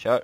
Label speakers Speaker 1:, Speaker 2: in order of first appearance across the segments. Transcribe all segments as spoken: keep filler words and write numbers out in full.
Speaker 1: Kör.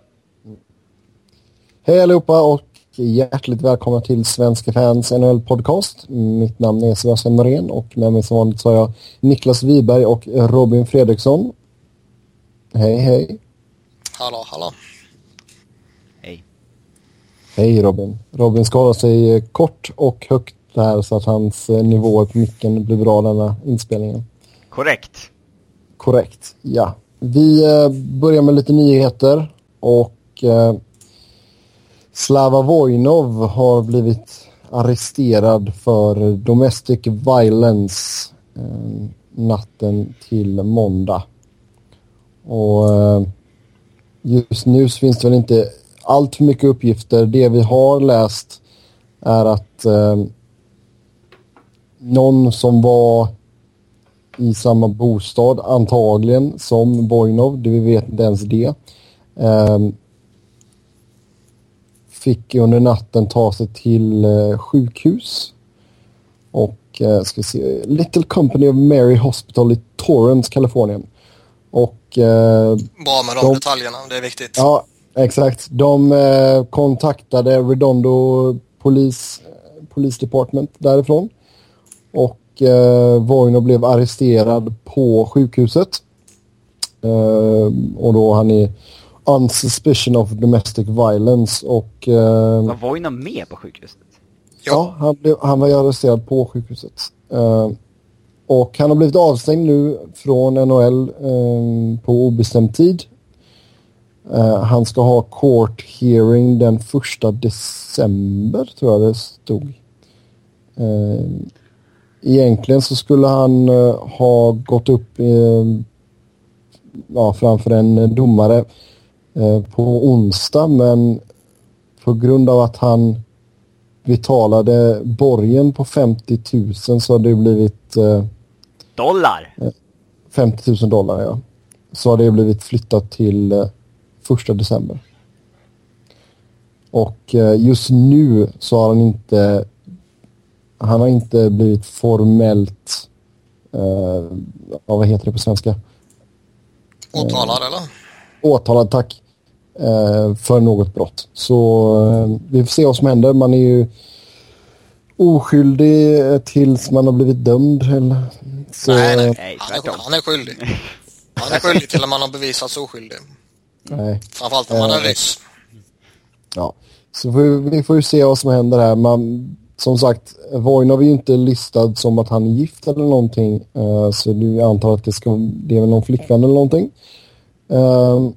Speaker 2: Hej allihopa och hjärtligt välkomna till Svenska Fans N H L-podcast. Mitt namn är Sebastian Norén och med mig som vanligt så har jag Niklas Wiberg och Robin Fredriksson. Hej, hej.
Speaker 3: Hallå, hallå.
Speaker 1: Hej.
Speaker 2: Hej Robin. Robin ska hålla sig kort och högt här så att hans nivå på micken blir bra denna inspelningen.
Speaker 1: Korrekt.
Speaker 2: Korrekt, ja. Vi börjar med lite nyheter och eh, Slava Vojnov har blivit arresterad för domestic violence eh, natten till måndag. Och eh, just nu så finns det väl inte allt för mycket uppgifter. Det vi har läst är att eh, någon som var i samma bostad antagligen som Vojnov, det vi vet inte ens det, eh, fick under natten ta sig till eh, sjukhus och eh, ska se, Little Company of Mary Hospital i Torrance, Kalifornien. Och eh,
Speaker 3: bra med de, de detaljerna, det är viktigt.
Speaker 2: Ja, exakt. De eh, kontaktade Redondo Police, Police Department därifrån och eh, Vojnov blev arresterad på sjukhuset. Eh, och då han är on suspicion of domestic violence och eh,
Speaker 1: var Vojnov med på sjukhuset?
Speaker 2: Ja, han, blev, han var ju arresterad på sjukhuset. Eh, och han har blivit avstängd nu från N H L eh, på obestämd tid. Eh, han ska ha court hearing den första december, tror jag det stod. Eh, egentligen så skulle han eh, ha gått upp eh, ja, framför en domare eh, på onsdag, men på grund av att han betalade borgen på femtio tusen så har det blivit eh,
Speaker 1: dollar?
Speaker 2: femtio tusen dollar, ja. Så har det blivit flyttat till eh, första december. Och eh, just nu så har han inte han har inte blivit formellt eh, vad heter det på svenska?
Speaker 3: Åtalad eh, eller?
Speaker 2: Åtalad, tack. Eh, för något brott. Så eh, vi får se vad som händer. Man är ju oskyldig tills man har blivit dömd. Eller, så,
Speaker 3: nej, nej. nej han, är, han är skyldig. Han är skyldig till att man har bevisats oskyldig.
Speaker 2: Nej.
Speaker 3: Framförallt om man är ryss.
Speaker 2: Ja, så får, vi får ju se vad som händer här. Man, som sagt, Vojnov är ju inte listad som att han är gift eller någonting. Uh, så du antar att det, ska, det är väl någon flickvän eller någonting. Uh,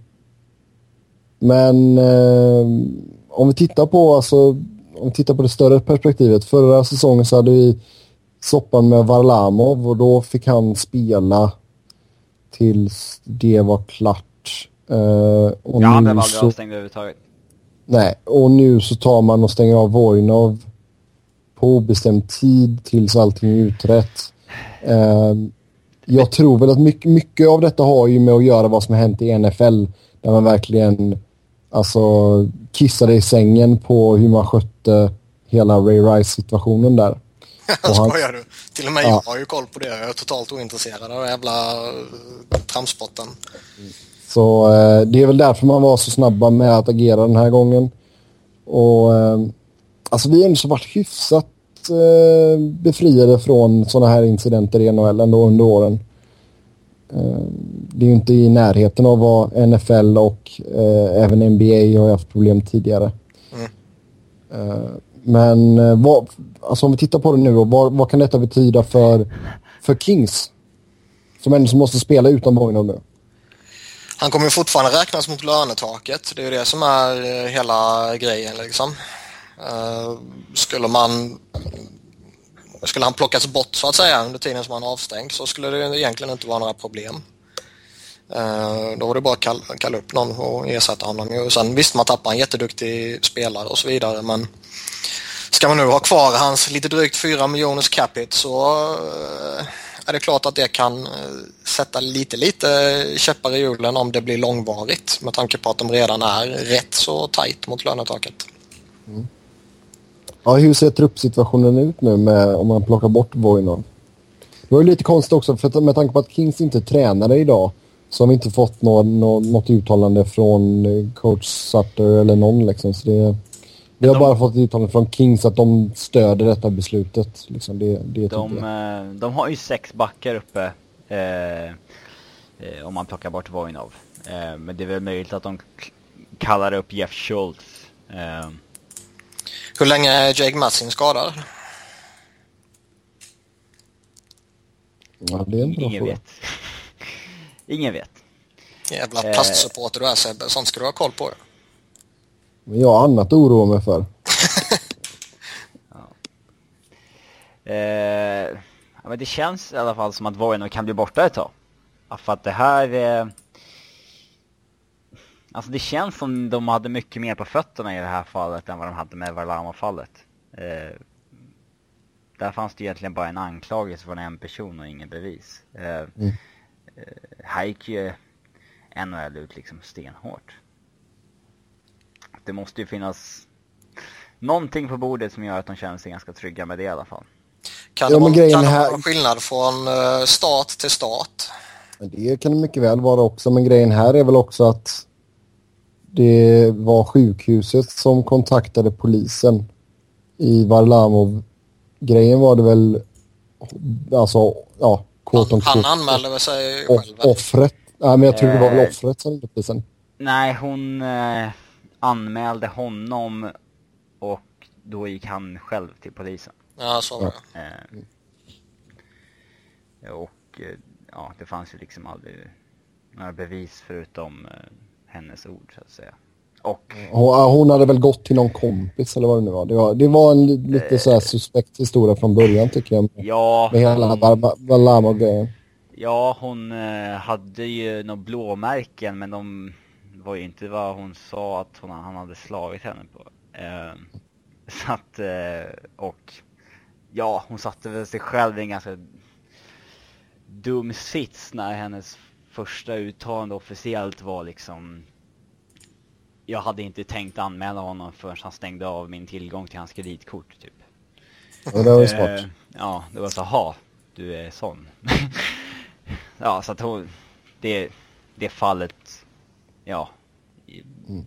Speaker 2: men uh, om vi tittar på alltså, om vi tittar på det större perspektivet. Förra säsongen så hade vi soppan med Varlamov och då fick han spela tills det var klart. Uh, och
Speaker 1: ja, han
Speaker 2: blev
Speaker 1: aldrig
Speaker 2: så...
Speaker 1: avstängd överhuvudtaget.
Speaker 2: Nej, och nu så tar man och stänger av Vojnov på obestämd tid tills allting är utrett. Uh, jag tror väl att mycket, mycket av detta har ju med att göra vad som har hänt i N F L. Där man verkligen alltså, kissade i sängen på hur man skötte hela Ray Rice-situationen där.
Speaker 3: Jag skojar du. Till och med ja. Jag har ju koll på det. Jag är totalt ointresserad av den jävla tramsporten.
Speaker 2: Så eh, det är väl därför man var så snabba med att agera den här gången. Och eh, alltså vi har ändå så varit hyfsat eh, befriade från sådana här incidenter i N H L ändå under åren. Eh, det är ju inte i närheten av vad N F L och eh, även N B A har haft problem tidigare. Mm. Eh, men eh, vad, alltså om vi tittar på det nu då, vad, vad kan detta betyda för, för Kings? Som ändå måste spela utan Vojnov nu.
Speaker 3: Han kommer ju fortfarande räknas mot lönetaket. Det är ju det som är hela grejen liksom. Uh, skulle man skulle han plockas bort så att säga under tiden som han avstängd så skulle det egentligen inte vara några problem. Uh, då var det bara att kalla, kalla upp någon och ersätta honom. Och sen visst, man tappar en jätteduktig spelare och så vidare, men ska man nu ha kvar hans lite drygt fyra miljoners capita så uh, är det klart att det kan sätta lite lite käppar i hjulen om det blir långvarigt med tanke på att de redan är rätt så tajt mot lönetaket.
Speaker 2: Mm. Ja, hur ser truppsituationen ut nu med, om man plockar bort Vojnov? Det var ju lite konstigt också för att med tanke på att Kings inte tränade idag så har vi inte fått något, något, något uttalande från coach Sutter eller någon liksom. Så det, vi har de, bara fått ett uttalande från Kings att de stöder detta beslutet. Liksom. Det, det
Speaker 1: de, de. de har ju sex backar uppe eh, eh, om man plockar bort Voinov. Eh, men det är väl möjligt att de k- kallar upp Jeff Schultz. Eh.
Speaker 3: Hur länge är Jake Massin skadad?
Speaker 2: Ja, det är en bra
Speaker 1: Ingen
Speaker 2: fråga.
Speaker 1: vet. Ingen vet.
Speaker 3: Jävla plastsupporter du är, Sebbe. Sånt ska du ha koll på.
Speaker 2: Men jag har annat att oroa mig för.
Speaker 1: ja. eh, ja, men det känns i alla fall som att Voinov kan bli borta ett tag. Ja, för att det här... Eh, alltså det känns som de hade mycket mer på fötterna i det här fallet än vad de hade med Varlamov-fallet. Eh, där fanns det egentligen bara en anklagelse från en person och ingen bevis. Eh, mm. eh, här gick ju N H L ut liksom stenhårt. Det måste ju finnas någonting på bordet som gör att de känner sig ganska trygga med det i alla fall.
Speaker 3: Kan det, ja, vara, kan det här... vara skillnad från start till start?
Speaker 2: Det kan det mycket väl vara också, men grejen här är väl också att det var sjukhuset som kontaktade polisen i Varlamov. Grejen var det väl, alltså, ja,
Speaker 3: han, han anmälde sig själv.
Speaker 2: Offret. Nej, men jag tror det var väl offret som ringde polisen.
Speaker 1: Nej, hon eh, anmälde honom och då gick han själv till polisen.
Speaker 3: Ja, så var det.
Speaker 1: Eh, och eh, ja, det fanns ju liksom aldrig några bevis förutom eh, hennes ord så att säga. Och
Speaker 2: hon hade väl gått till någon kompis eller vad det nu var. Det var, det var en lite så här suspekt historia från början tycker jag. Med,
Speaker 1: ja,
Speaker 2: med hela Varlamov-grejen.
Speaker 1: Ja, hon eh, hade ju några blåmärken, men de var ju inte vad hon sa att hon, han hade slagit henne på. Eh, så att, eh, och ja, hon satte väl sig själv i en ganska dum sits när hennes första uttalande officiellt var liksom: jag hade inte tänkt anmäla honom förrän han stängde av min tillgång till hans kreditkort typ.
Speaker 2: Ja, det var ju smart. Eh,
Speaker 1: ja, det var så, ha, du är sån. Ja, så att hon, det, det fallet, ja, mm.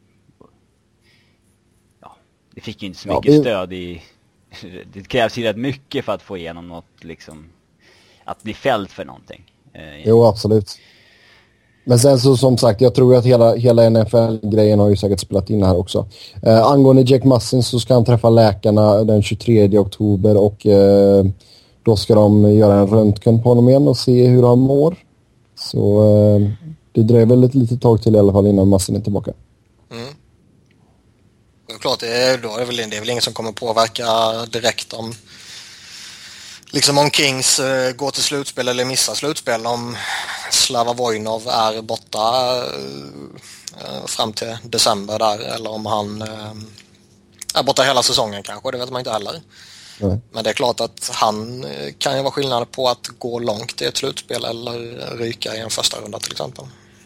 Speaker 1: ja, det fick ju inte så mycket ja, det... stöd i, det krävs ju rätt mycket för att få igenom något liksom, att bli fälld för någonting.
Speaker 2: Eh, jo, absolut. Men sen så som sagt, jag tror att hela, hela N F L-grejen har ju säkert spelat in här också. Eh, angående Jake Massin så ska han träffa läkarna den tjugotredje oktober och eh, då ska de göra en röntgen på honom igen och se hur han mår. Så eh, det dröjer väl ett litet tag till i alla fall innan Massin är tillbaka.
Speaker 3: Mm. Det är klart, det är, då är det, väl, det är väl ingen som kommer påverka direkt om liksom om Kings uh, går till slutspel eller missar slutspel, om Slava Voinov är borta uh, fram till december där, eller om han uh, är borta hela säsongen kanske, det vet man inte heller. Mm. Men det är klart att han uh, kan ju vara skillnad på att gå långt i ett slutspel eller ryka i en första runda till exempel.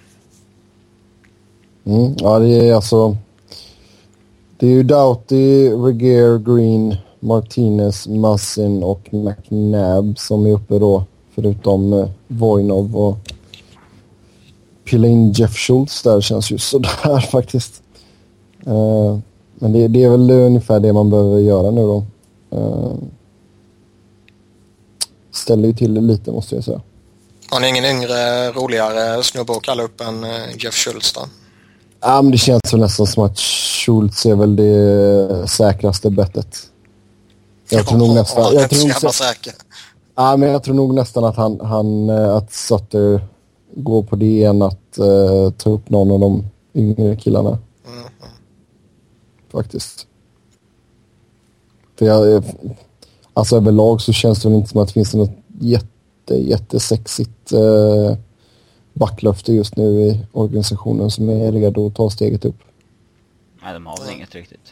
Speaker 2: Mm, ja, det är alltså det är ju Doughty, Regeer, Green, Martinez, Massin och McNabb som är uppe då, förutom eh, Voinov, och pilla in Jeff Schultz där känns ju sådär faktiskt. Eh, men det, det är väl ungefär det man behöver göra nu då. Eh, ställer ju till lite, måste jag säga.
Speaker 3: Har ni ingen yngre, roligare snubbe att kalla upp än eh, Jeff Schultz då?
Speaker 2: Ja, men det känns så nästan som att Schultz är väl det säkraste bettet. Jag tror nog nästan jag, jag tror nog, säker. Ja, men jag tror nog nästan att han, han att Sutter går på det än att uh, ta upp någon av de yngre killarna. Mm. Faktiskt. För jag, alltså överlag så känns det väl inte som att det finns något jätte jättesexigt uh, backlöfte just nu i organisationen som är redo att ta steget upp.
Speaker 1: Nej, de har väl inget riktigt.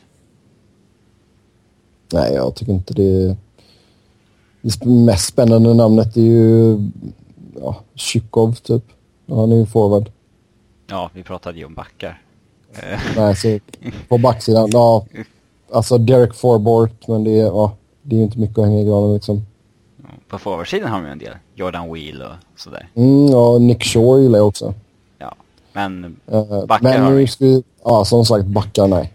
Speaker 2: Nej, jag tycker inte det. Det mest spännande namnet är ju ja, Chukov typ. Ja, han är ju forward.
Speaker 1: Ja, vi pratade ju om backar.
Speaker 2: Nej, så på backsidan, ja, alltså Derek Forbork, men det är, ja, det är ju inte mycket att hänga i granen liksom.
Speaker 1: Ja. på forwardsidan har de ju en del. Jordan Wheel och sådär.
Speaker 2: Mm, ja, Nick Shore gillar jag också.
Speaker 1: Ja, men
Speaker 2: uh,
Speaker 1: backar
Speaker 2: men
Speaker 1: har
Speaker 2: nu
Speaker 1: vi.
Speaker 2: ska vi, ja, som sagt, backar, nej.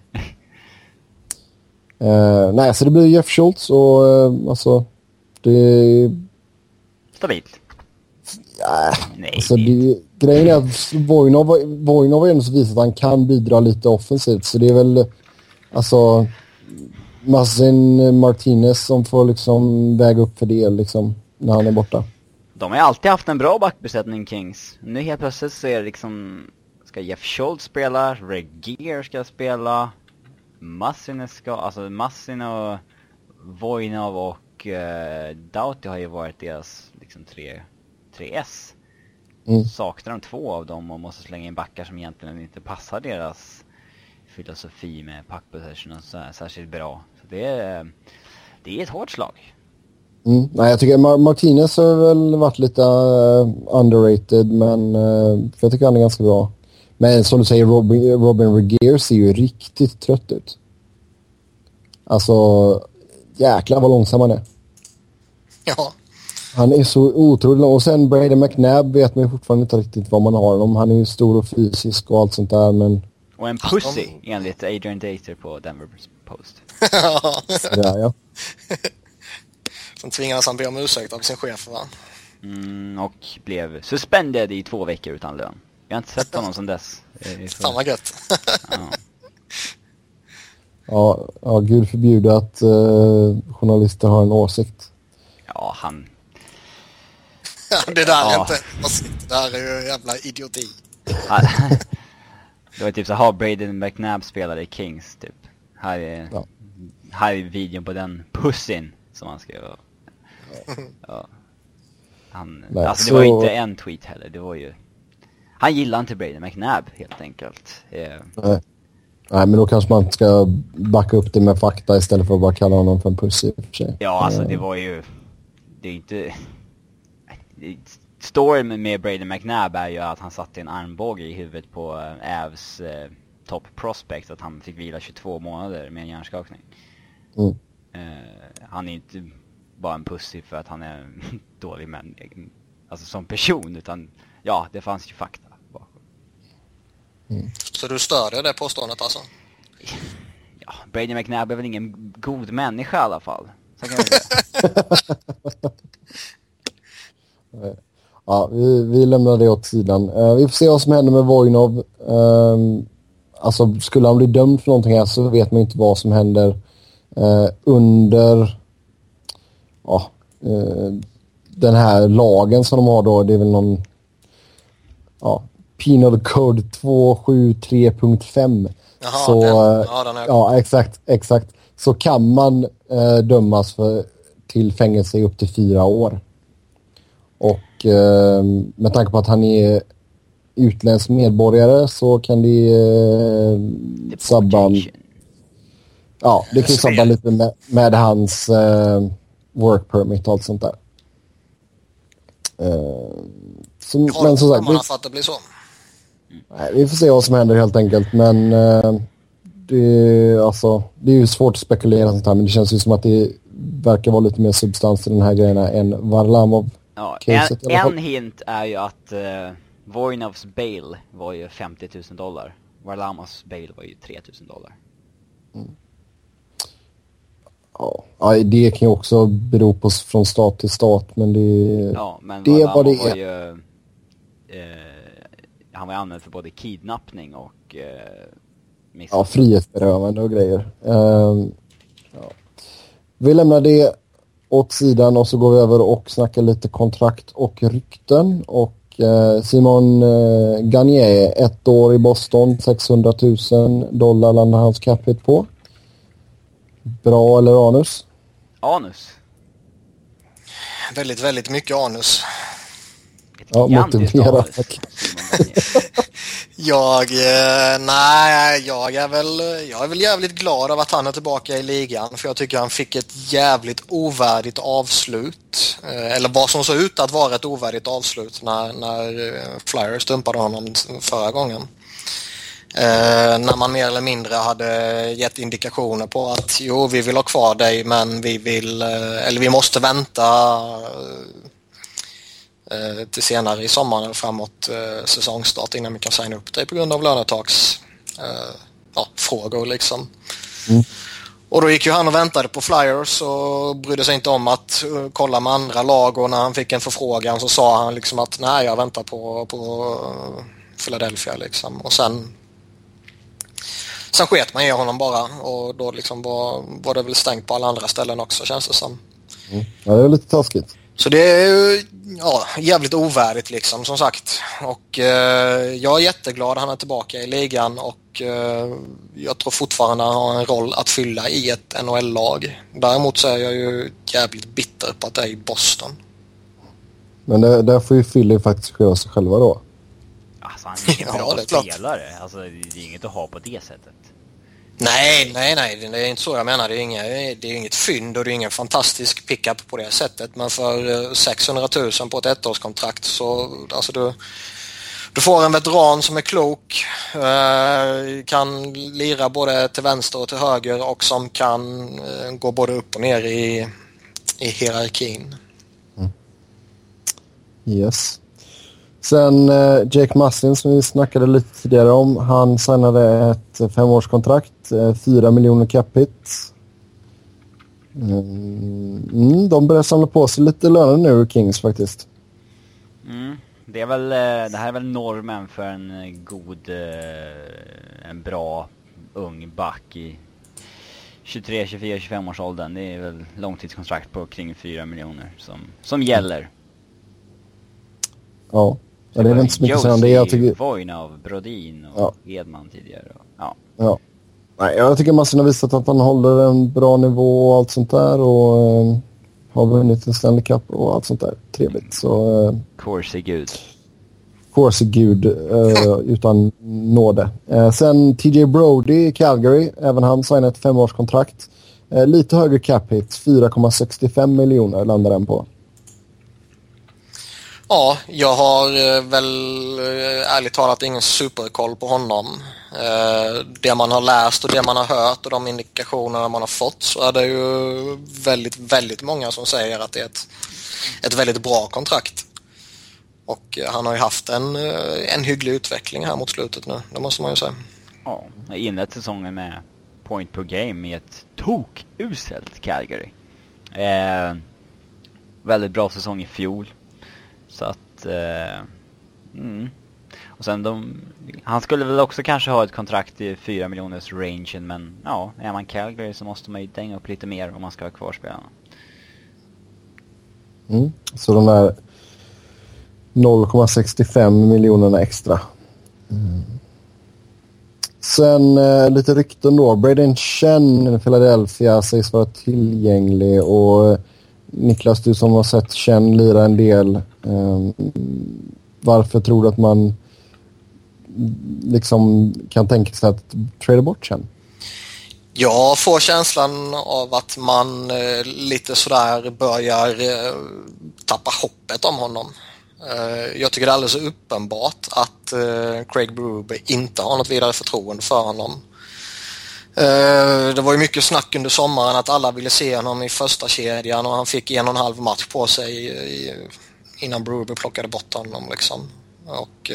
Speaker 2: uh, nej, så det blir Jeff Schultz och uh, alltså, det är...
Speaker 1: Stabilt.
Speaker 2: Ja,
Speaker 1: Nej,
Speaker 2: alltså
Speaker 1: det...
Speaker 2: det, grejen är att Voinov, Voinov har ändå så visat att han kan bidra lite offensivt, så det är väl, alltså... Mazin Martinez som får liksom väga upp för det liksom när han är borta.
Speaker 1: De har ju alltid haft en bra backbesättning, Kings. Nu helt plötsligt så är det liksom... Ska Jeff Schultz spela? Regier ska spela. Mazin ska... Alltså Mazin och Voinov och uh, Doughty har ju varit deras liksom tre, tre S. Mm. Saknar de två av dem och måste slänga in backar som egentligen inte passar deras filosofi med puck possession och så här, särskilt bra. Så det är, det är ett hårt slag.
Speaker 2: Mm. Nej, jag tycker Mar- Martinez har väl varit lite uh, underrated, men uh, för jag tycker han är ganska bra. Men som du säger, Robin, Robin Regier ser ju riktigt trött ut. Alltså, jäklar vad långsam han är.
Speaker 3: Ja.
Speaker 2: Han är så otroligt lång. Och sen Brady McNabb vet man ju fortfarande inte riktigt vad man har honom. Han är ju stor och fysisk och allt sånt där, men...
Speaker 1: Och en pussy, enligt Adrian Dater på Denver Post.
Speaker 2: Ja, ja.
Speaker 3: Sen tvingades han be om ursäkt av sin chef, va?
Speaker 1: Mm, och blev suspended i två veckor utan lön. Jag har inte sett honom sedan dess.
Speaker 3: Fan vad gött.
Speaker 1: Ja.
Speaker 2: Ja, ja, gud förbjuder att uh, journalister har en åsikt.
Speaker 1: Ja, han...
Speaker 3: Ja, det där är
Speaker 1: ja.
Speaker 3: inte åsikt. Det där är ju jävla idioti.
Speaker 1: Det var typ så här, Brady McNabb spelade i Kings typ. Här är, ja. här är videon på den pussin som han skrev. Ja. Ja. Han, Nej, alltså det så... var inte en tweet heller, det var ju... Han gillar inte Brady McNabb helt enkelt. Yeah.
Speaker 2: Nej. Nej, men då kanske man ska backa upp det med fakta istället för att bara kalla honom för en pussy för sig.
Speaker 1: Ja, alltså det var ju... Det är inte... Storyn med Brady McNabb är ju att han satte en armbåge i huvudet på äh, Avs äh, top prospect, att han fick vila tjugotvå månader med en hjärnskakning.
Speaker 2: Mm.
Speaker 1: Uh, han är inte bara en pussy för att han är dålig men alltså som person, utan ja, det fanns ju fakta bakom.
Speaker 3: Mm. Så du stödjer det påståendet alltså?
Speaker 1: Ja, Brady McNabb är väl ingen god människa i alla fall. Så kan vi säga.
Speaker 2: Ja, vi, vi lämnar det åt sidan. Uh, vi får se vad som händer med Voinov. Uh, alltså, skulle han bli dömd för någonting här så vet man inte vad som händer uh, under ja, uh, den här lagen som de har då. Det är väl någon ja, Penal Code två sju tre punkt fem.
Speaker 3: Jaha,
Speaker 2: så,
Speaker 3: den.
Speaker 2: Uh,
Speaker 3: ja, den är...
Speaker 2: ja, exakt, exakt. Så kan man uh, dömas för, till fängelse i upp till fyra år. Och eh, med tanke på att han är utländsk medborgare så kan det eh, sabba... Ja, det kan sabba lite med, med hans eh, work permit och allt sånt där. Eh, som,
Speaker 3: har
Speaker 2: men som sagt...
Speaker 3: Vi, för att det blir så.
Speaker 2: Nej, vi får se vad som händer helt enkelt, men eh, det, alltså, det är ju svårt att spekulera sånt här, men det känns ju som att det verkar vara lite mer substans i den här grejerna än Varlamov.
Speaker 1: Ja, en, en hint är ju att uh, Voinovs bail var ju femtio tusen dollar. Varlamovs bail var ju tre tusen dollar.
Speaker 2: Mm. Ja, ja, det kan ju också bero på från stat till stat, men det,
Speaker 1: ja, men
Speaker 2: det är vad det
Speaker 1: var
Speaker 2: är.
Speaker 1: Ju, uh, han var ju använd för både kidnappning och uh,
Speaker 2: ja, frihetsberövande och grejer. Uh, ja. Vi lämnar det åt sidan och så går vi över och snackar lite kontrakt och rykten. Och eh, Simon eh, Gagné, ett år i Boston, sexhundratusen dollar landar hans cap hit på. Bra eller anus?
Speaker 1: Anus.
Speaker 3: Väldigt, väldigt mycket anus.
Speaker 2: Ja, motivera.
Speaker 3: jag, eh, nej, jag är väl jag är väl jävligt glad av att han är tillbaka i ligan, för jag tycker han fick ett jävligt ovärdigt avslut, eh, eller vad som såg ut att vara ett ovärdigt avslut när, när Flyers dumpade honom förra gången. Eh, när man mer eller mindre hade gett indikationer på att jo, vi vill ha kvar dig, men vi vill eh, eller vi måste vänta eh, till senare i sommaren eller framåt eh, säsongstart innan vi kan signa upp dig på grund av lönetaks eh, ja, frågor liksom. Mm. Och då gick ju han och väntade på Flyers och brydde sig inte om att uh, kolla med andra lag, och när han fick en förfrågan så sa han liksom att nej, jag väntar på, på uh, Philadelphia liksom. Och sen sen sket man i honom bara, och då liksom var, var det väl stängt på alla andra ställen också, känns det som.
Speaker 2: Mm. Ja, det är lite taskigt.
Speaker 3: Så det är ju ja, jävligt ovärdigt liksom, som sagt. Och eh, jag är jätteglad att han är tillbaka i ligan, och eh, jag tror fortfarande han har en roll att fylla i ett N H L-lag. Däremot så är jag ju jävligt bitter på att det är i Boston.
Speaker 2: Men det, där får ju Philly faktiskt sköta sig själva då.
Speaker 1: Alltså han är en bra
Speaker 3: ja,
Speaker 1: spelare. Alltså det är inget att ha på det sättet.
Speaker 3: Nej, nej, nej, det är inte så jag menar. Det är inget, det är inget fynd och det är ingen fantastisk pickup på det sättet. Men för sexhundratusen på ett ettårskontrakt så alltså du, du får en veteran som är klok, eh, kan lira både till vänster och till höger, och som kan eh, gå både upp och ner i, i hierarkin.
Speaker 2: Mm. Yes. Sen eh, Jake Muzzin som vi snackade lite tidigare om, han signade ett femårskontrakt, eh, fyra miljoner cap hit. Mm, de börjar samla på sig lite löner nu, Kings faktiskt.
Speaker 1: Mm, det är väl det här är väl normen för en god, en bra ung back i tjugotre, tjugofyra, tjugofem års åldern. Det är väl långtidskontrakt på kring fyra miljoner som som gäller.
Speaker 2: Ja. Ja, det är inte så mycket sådant. Det jag tycker
Speaker 1: Voinov, Brodin och ja. Edman tidigare. Och, ja.
Speaker 2: Ja. Nej, jag tycker Massin har visat att han håller en bra nivå och allt sånt där, och eh, har vunnit en Stanley Cup och allt sånt där. Trevligt. Så eh,
Speaker 1: Corsi Gud.
Speaker 2: Corsi Gud eh, utan nåde. Eh, sen T J Brody i Calgary, även han signade ett femårskontrakt. Eh, lite högre cap hit, fyra komma sextiofem miljoner landar den på.
Speaker 3: Ja, jag har väl ärligt talat ingen superkoll på honom. Det man har läst och det man har hört och de indikationer man har fått, så är det ju väldigt, väldigt många som säger att det är ett, ett väldigt bra kontrakt. Och han har ju haft en, en hygglig utveckling här mot slutet nu, det måste man ju säga.
Speaker 1: Ja, inlett säsongen med point per game i ett tok-uselt Calgary. Eh, väldigt bra säsong i fjol. Så att eh, mm. och sen de, han skulle väl också kanske ha ett kontrakt i fyra miljoners rangen, men ja, är man Calgary så måste man ju dänga upp lite mer om man ska ha kvar spelarna.
Speaker 2: Mm. Så de där noll komma sextiofem miljonerna extra. Mm. Sen eh, lite rykten då. Braden Chen i Philadelphia sägs vara tillgänglig, och Niklas, du som har sett Chen lira en del, eh, varför tror du att man liksom kan tänka sig att trada bort Chen?
Speaker 3: Jag får känslan av att man eh, lite sådär börjar eh, tappa hoppet om honom. Eh, jag tycker det är alldeles uppenbart att eh, Craig Berube inte har något vidare förtroende för honom. Det var ju mycket snack under sommaren att alla ville se honom i första kedjan, och han fick en och en halv match på sig innan Berube plockade bort honom liksom. Och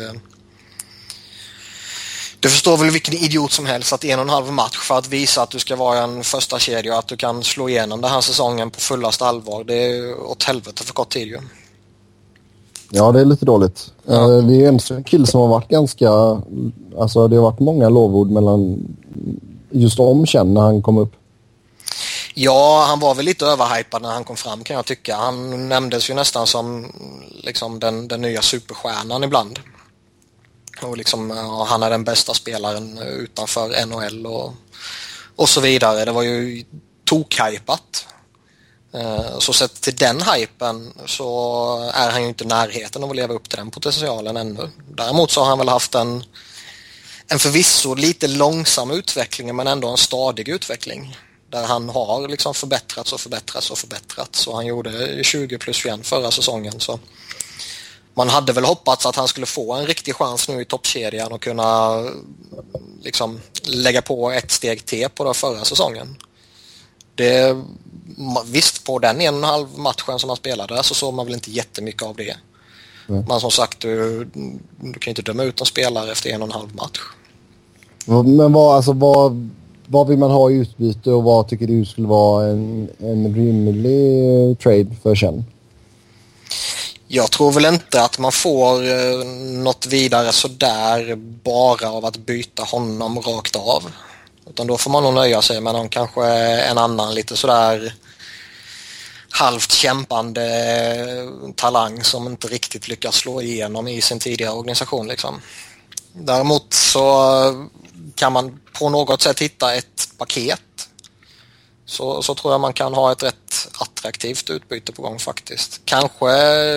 Speaker 3: du förstår väl vilken idiot som helst att en och en halv match för att visa att du ska vara en första kedja och att du kan slå igenom den här säsongen på fullast allvar, det är åt helvete för kort tid ju.
Speaker 2: Ja, det är lite dåligt. Ja. Det är en kille som har varit ganska, alltså det har varit många lovord mellan just om Chen när han kom upp.
Speaker 3: Ja, han var väl lite överhypad när han kom fram, kan jag tycka. Han nämndes ju nästan som liksom den, den nya superstjärnan ibland. Och liksom, ja, han är den bästa spelaren utanför N H L och, och så vidare. Det var ju tokhypat. Så sett till den hypen så är han ju inte i närheten av att leva upp till den potentialen ännu. Däremot så har han väl haft en en förvisso lite långsam utveckling, men ändå en stadig utveckling där han har liksom förbättrats och förbättrats och förbättrats, och han gjorde tjugo plus tjugoett förra säsongen, så man hade väl hoppats att han skulle få en riktig chans nu i toppkedjan och kunna liksom lägga på ett steg till på den förra säsongen. Det, visst, på den en och en halv matchen som han spelade så såg man väl inte jättemycket av det. Mm. Men som sagt, du, du kan inte döma ut en spelare efter en och en halv match.
Speaker 2: Men vad, alltså, vad, vad vill man ha i utbyte och vad tycker du skulle vara en, en rimlig trade för Chen?
Speaker 3: Jag tror väl inte att man får eh, något vidare sådär bara av att byta honom rakt av. Utan då får man nog nöja sig med någon, kanske en annan lite sådär halvt kämpande talang som inte riktigt lyckas slå igenom i sin tidigare organisation liksom. Däremot så kan man på något sätt hitta ett paket. Så, så tror jag man kan ha ett rätt attraktivt utbyte på gång faktiskt. Kanske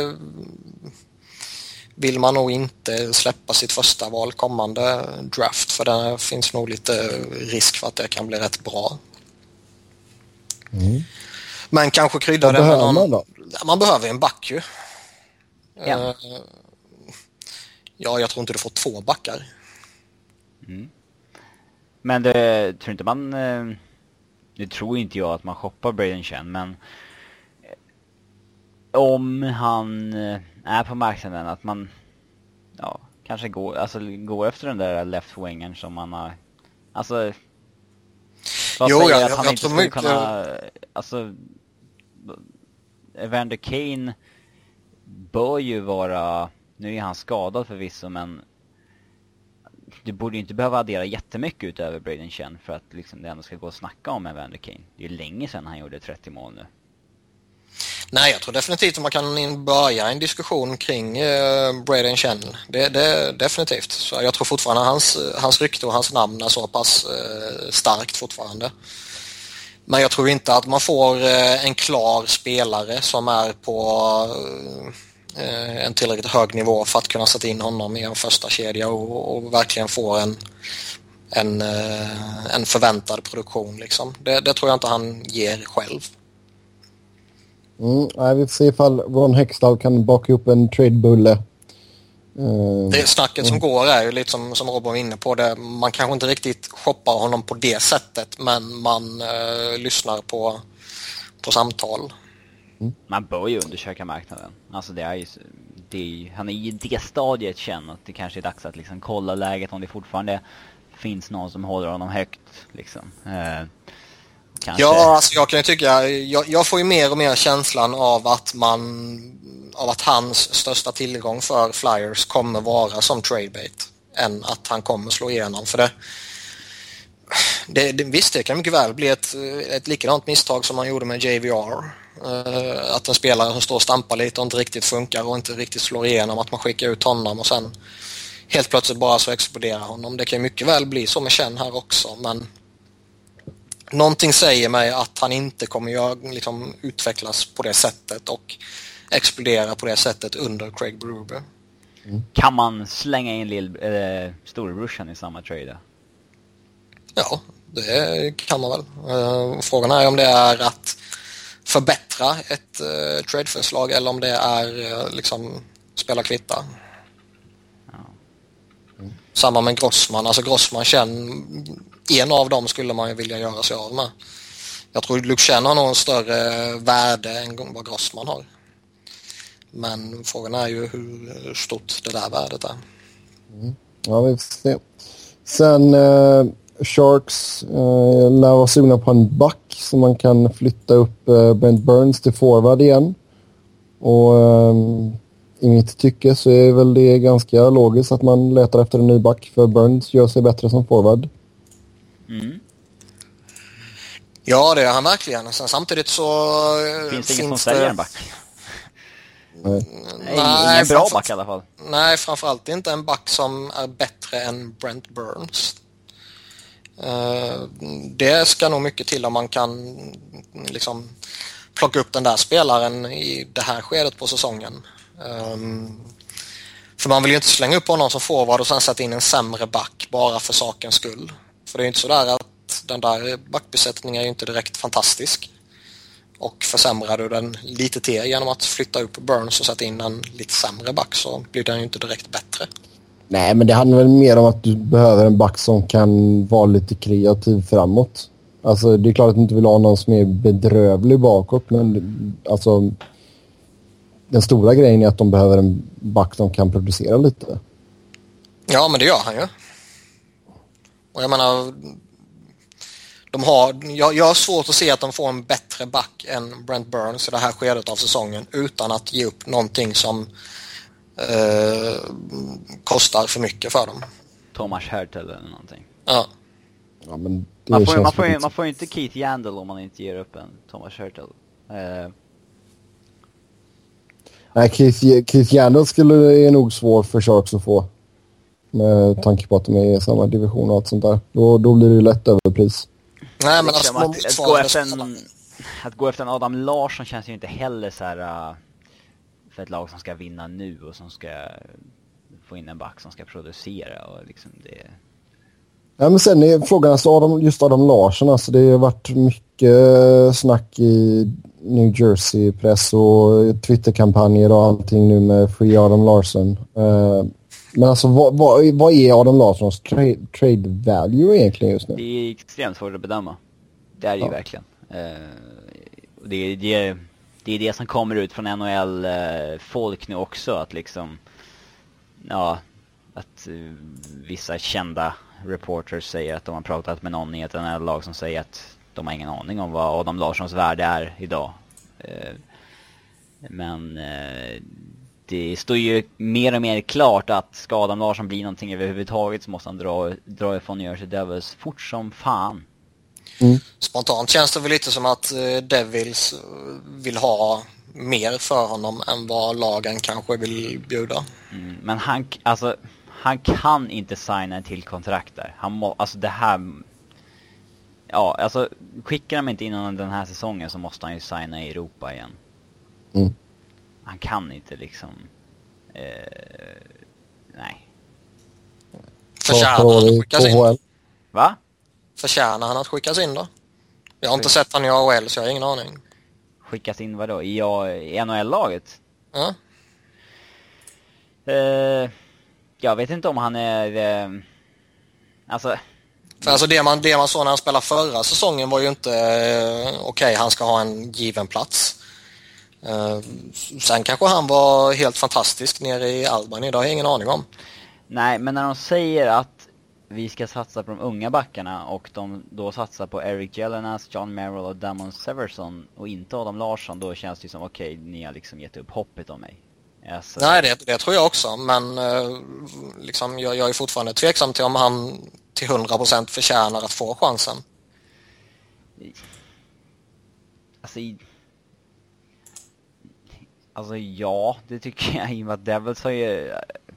Speaker 3: vill man nog inte släppa sitt första val kommande draft, för det finns nog lite risk för att det kan bli rätt bra. Mm. Men kanske krydda det med någon... Man, då? Man behöver en back ju. Ja. Uh, ja, jag tror inte du får två backar.
Speaker 1: Mm. Men det tror inte man... Nu tror inte jag att man shoppar Brayden Schenn, men om han är på marknaden att man ja, kanske går, alltså, går efter den där left-wingen som man har, alltså vad jo, säger jag, att han jag inte skulle mycket... kunna, alltså Evander Kane bör ju vara, nu är han skadad förvisso, men du borde ju inte behöva addera jättemycket utöver Brayden Schenn för att liksom det ändå ska gå att snacka om Evander Kane. Det är ju länge sedan han gjorde trettio mål nu.
Speaker 3: Nej, jag tror definitivt att man kan börja en diskussion kring uh, Brayden Schenn. Det, det definitivt. Så jag tror fortfarande hans, hans rykte och hans namn är så pass uh, starkt fortfarande. Men jag tror inte att man får uh, en klar spelare som är på... Uh, en tillräckligt hög nivå för att kunna sätta in honom i en första kedja och, och verkligen få en, en, en förväntad produktion liksom. Det, det tror jag inte han ger själv.
Speaker 2: Mm, nej, vi får se ifall Ron Hextall kan baka upp en tradebulle.
Speaker 3: Uh, det snacket mm. som går är ju lite som, som Robin var inne på det. Man kanske inte riktigt shoppar honom på det sättet, men man uh, lyssnar på, på samtal.
Speaker 1: Mm. Man bör ju undersöka marknaden. Alltså det är ju, det är, han är i det stadiet känner att det kanske är dags att liksom kolla läget om det fortfarande finns någon som håller honom högt liksom. Eh, kanske...
Speaker 3: Ja, alltså jag kan ju tycka jag, jag får ju mer och mer känslan av att man av att hans största tillgång för Flyers kommer vara som tradebait än att han kommer slå igenom, för det Det, det, visst, det kan mycket väl bli ett, ett likadant misstag som man gjorde med J V R. Uh, att en spelare som står och stampar lite och inte riktigt funkar och inte riktigt slår igenom, att man skickar ut honom och sen helt plötsligt bara så exploderar honom. Det kan mycket väl bli så med Schenn här också, men någonting säger mig att han inte kommer att liksom utvecklas på det sättet och explodera på det sättet under Craig Berube.
Speaker 1: Mm. Kan man slänga in lill, äh, storebrorsan i samma trade?
Speaker 3: Ja, det kan man väl. Uh, frågan är om det är att förbättra ett uh, tradeförslag eller om det är uh, liksom spela kvitta. Ja. Mm. Samma med Grossman. Alltså Grossman känner, en av dem skulle man ju vilja göra sig av med. Jag tror Luke Schenn har någon större värde än vad Grossman har. Men frågan är ju hur stort det där värdet är.
Speaker 2: Mm. Ja, vi får se. Sen... Uh... Sharks eh, lär vara sugna på en back så man kan flytta upp eh, Brent Burns till forward igen. Och eh, i mitt tycke så är väl det ganska logiskt att man letar efter en ny back, för Burns gör sig bättre som forward.
Speaker 1: Mm.
Speaker 3: Ja, det är han verkligen. Sen samtidigt så
Speaker 1: finns det ingen som säljer en back.
Speaker 2: Nej.
Speaker 1: Nej, ingen bra back i alla fall.
Speaker 3: Nej, framförallt inte en back som är bättre än Brent Burns. Uh, det ska nog mycket till om man kan liksom plocka upp den där spelaren i det här skedet på säsongen. Um, för man vill ju inte slänga upp honom som forward och sen sätta in en sämre back bara för sakens skull. För det är ju inte så där att den där backbesättningen är ju inte direkt fantastisk. och försämrar du den lite till genom att flytta upp Burns och sätta in en lite sämre back, så blir den ju inte direkt bättre.
Speaker 2: Nej, men det handlar väl mer om att du behöver en back som kan vara lite kreativ framåt. Alltså det är klart att du inte vill ha någon som är bedrövlig bakåt, men alltså den stora grejen är att de behöver en back som kan producera lite.
Speaker 3: Ja, men det gör han ju. Och jag menar, de har, jag, jag har svårt att se att de får en bättre back än Brent Burns i det här skedet av säsongen utan att ge upp någonting som eh, kostar för mycket för dem.
Speaker 1: Thomas Hertel eller någonting.
Speaker 3: Ja.
Speaker 2: Ja, men det
Speaker 1: Man får,
Speaker 2: känns
Speaker 1: man, får,
Speaker 2: lite-
Speaker 1: man får ju inte Keith Yandel om man inte ger upp en Thomas Hertel. Eh,
Speaker 2: Nej, Keith, Keith Yandel skulle är nog svår försök att få. Med tanke på att de är i samma division och allt sånt där. Då, då blir det ju lätt överpris.
Speaker 3: Nej, men
Speaker 1: liksom
Speaker 3: alltså,
Speaker 1: att, att, gå efter en, att gå efter en Adam Larsson känns ju inte heller så här uh, för ett lag som ska vinna nu och som ska få in en back som ska producera och liksom det.
Speaker 2: Ja, men sen är frågan alltså Adam, just Adam Larsson, alltså det har varit mycket snack i New Jersey press och Twitterkampanjer och allting nu med Free Adam Larsson. Uh, men alltså vad, vad, vad är Adam Larssons trade, trade value egentligen just nu?
Speaker 1: Det är extremt svårt att bedöma. Det är det
Speaker 2: Ja.
Speaker 1: ju verkligen. Uh, det, är, det, är, det är det som kommer ut från N H L-folk uh, nu också, att liksom ja, att uh, vissa kända reporters säger att de har pratat med någon i ett N H L-lag som säger att de har ingen aning om vad Adam Larssons värde är idag. Uh, men uh, det står ju mer och mer klart att ska Adam Larsson bli någonting överhuvudtaget så måste han dra, dra ifrån New Jersey Devils fort som fan.
Speaker 2: Mm.
Speaker 3: Spontant känns det väl lite som att eh, Devils vill ha mer för honom än vad lagen kanske vill bjuda.
Speaker 1: Mm, men han, alltså, han kan inte signa en till kontrakt där. Han må, alltså det här... Ja, alltså skickar de inte innan den här säsongen så måste han ju signa i Europa igen.
Speaker 2: Mm.
Speaker 1: Han kan inte liksom... Eh, nej.
Speaker 3: Förtjänar han att skickas in?
Speaker 1: Va?
Speaker 3: Förtjänar han att skickas in då? Jag har inte sett han i A H L så jag har ingen aning.
Speaker 1: Skickas in vad då? I, i N H L-laget?
Speaker 3: Ja.
Speaker 1: Eh, jag vet inte om han är... Eh, alltså...
Speaker 3: För alltså det man, det man såg när han spelade förra säsongen var ju inte eh, okej, okay, han ska ha en given plats. Uh, sen kanske han var helt fantastisk nere i Albany, det har jag ingen aning om.
Speaker 1: Nej, men när de säger att vi ska satsa på de unga backarna och de då satsar på Eric Jelinas, John Merrill och Damon Severson och inte Adam Larsson, då känns det som okej, okay, ni har liksom gett upp hoppet om mig. Alltså...
Speaker 3: Nej, det, det tror jag också, men uh, liksom, jag, jag är fortfarande tveksam till om han till hundra procent förtjänar att få chansen.
Speaker 1: Alltså... I... Alltså ja, det tycker jag, i och med att Devils har ju...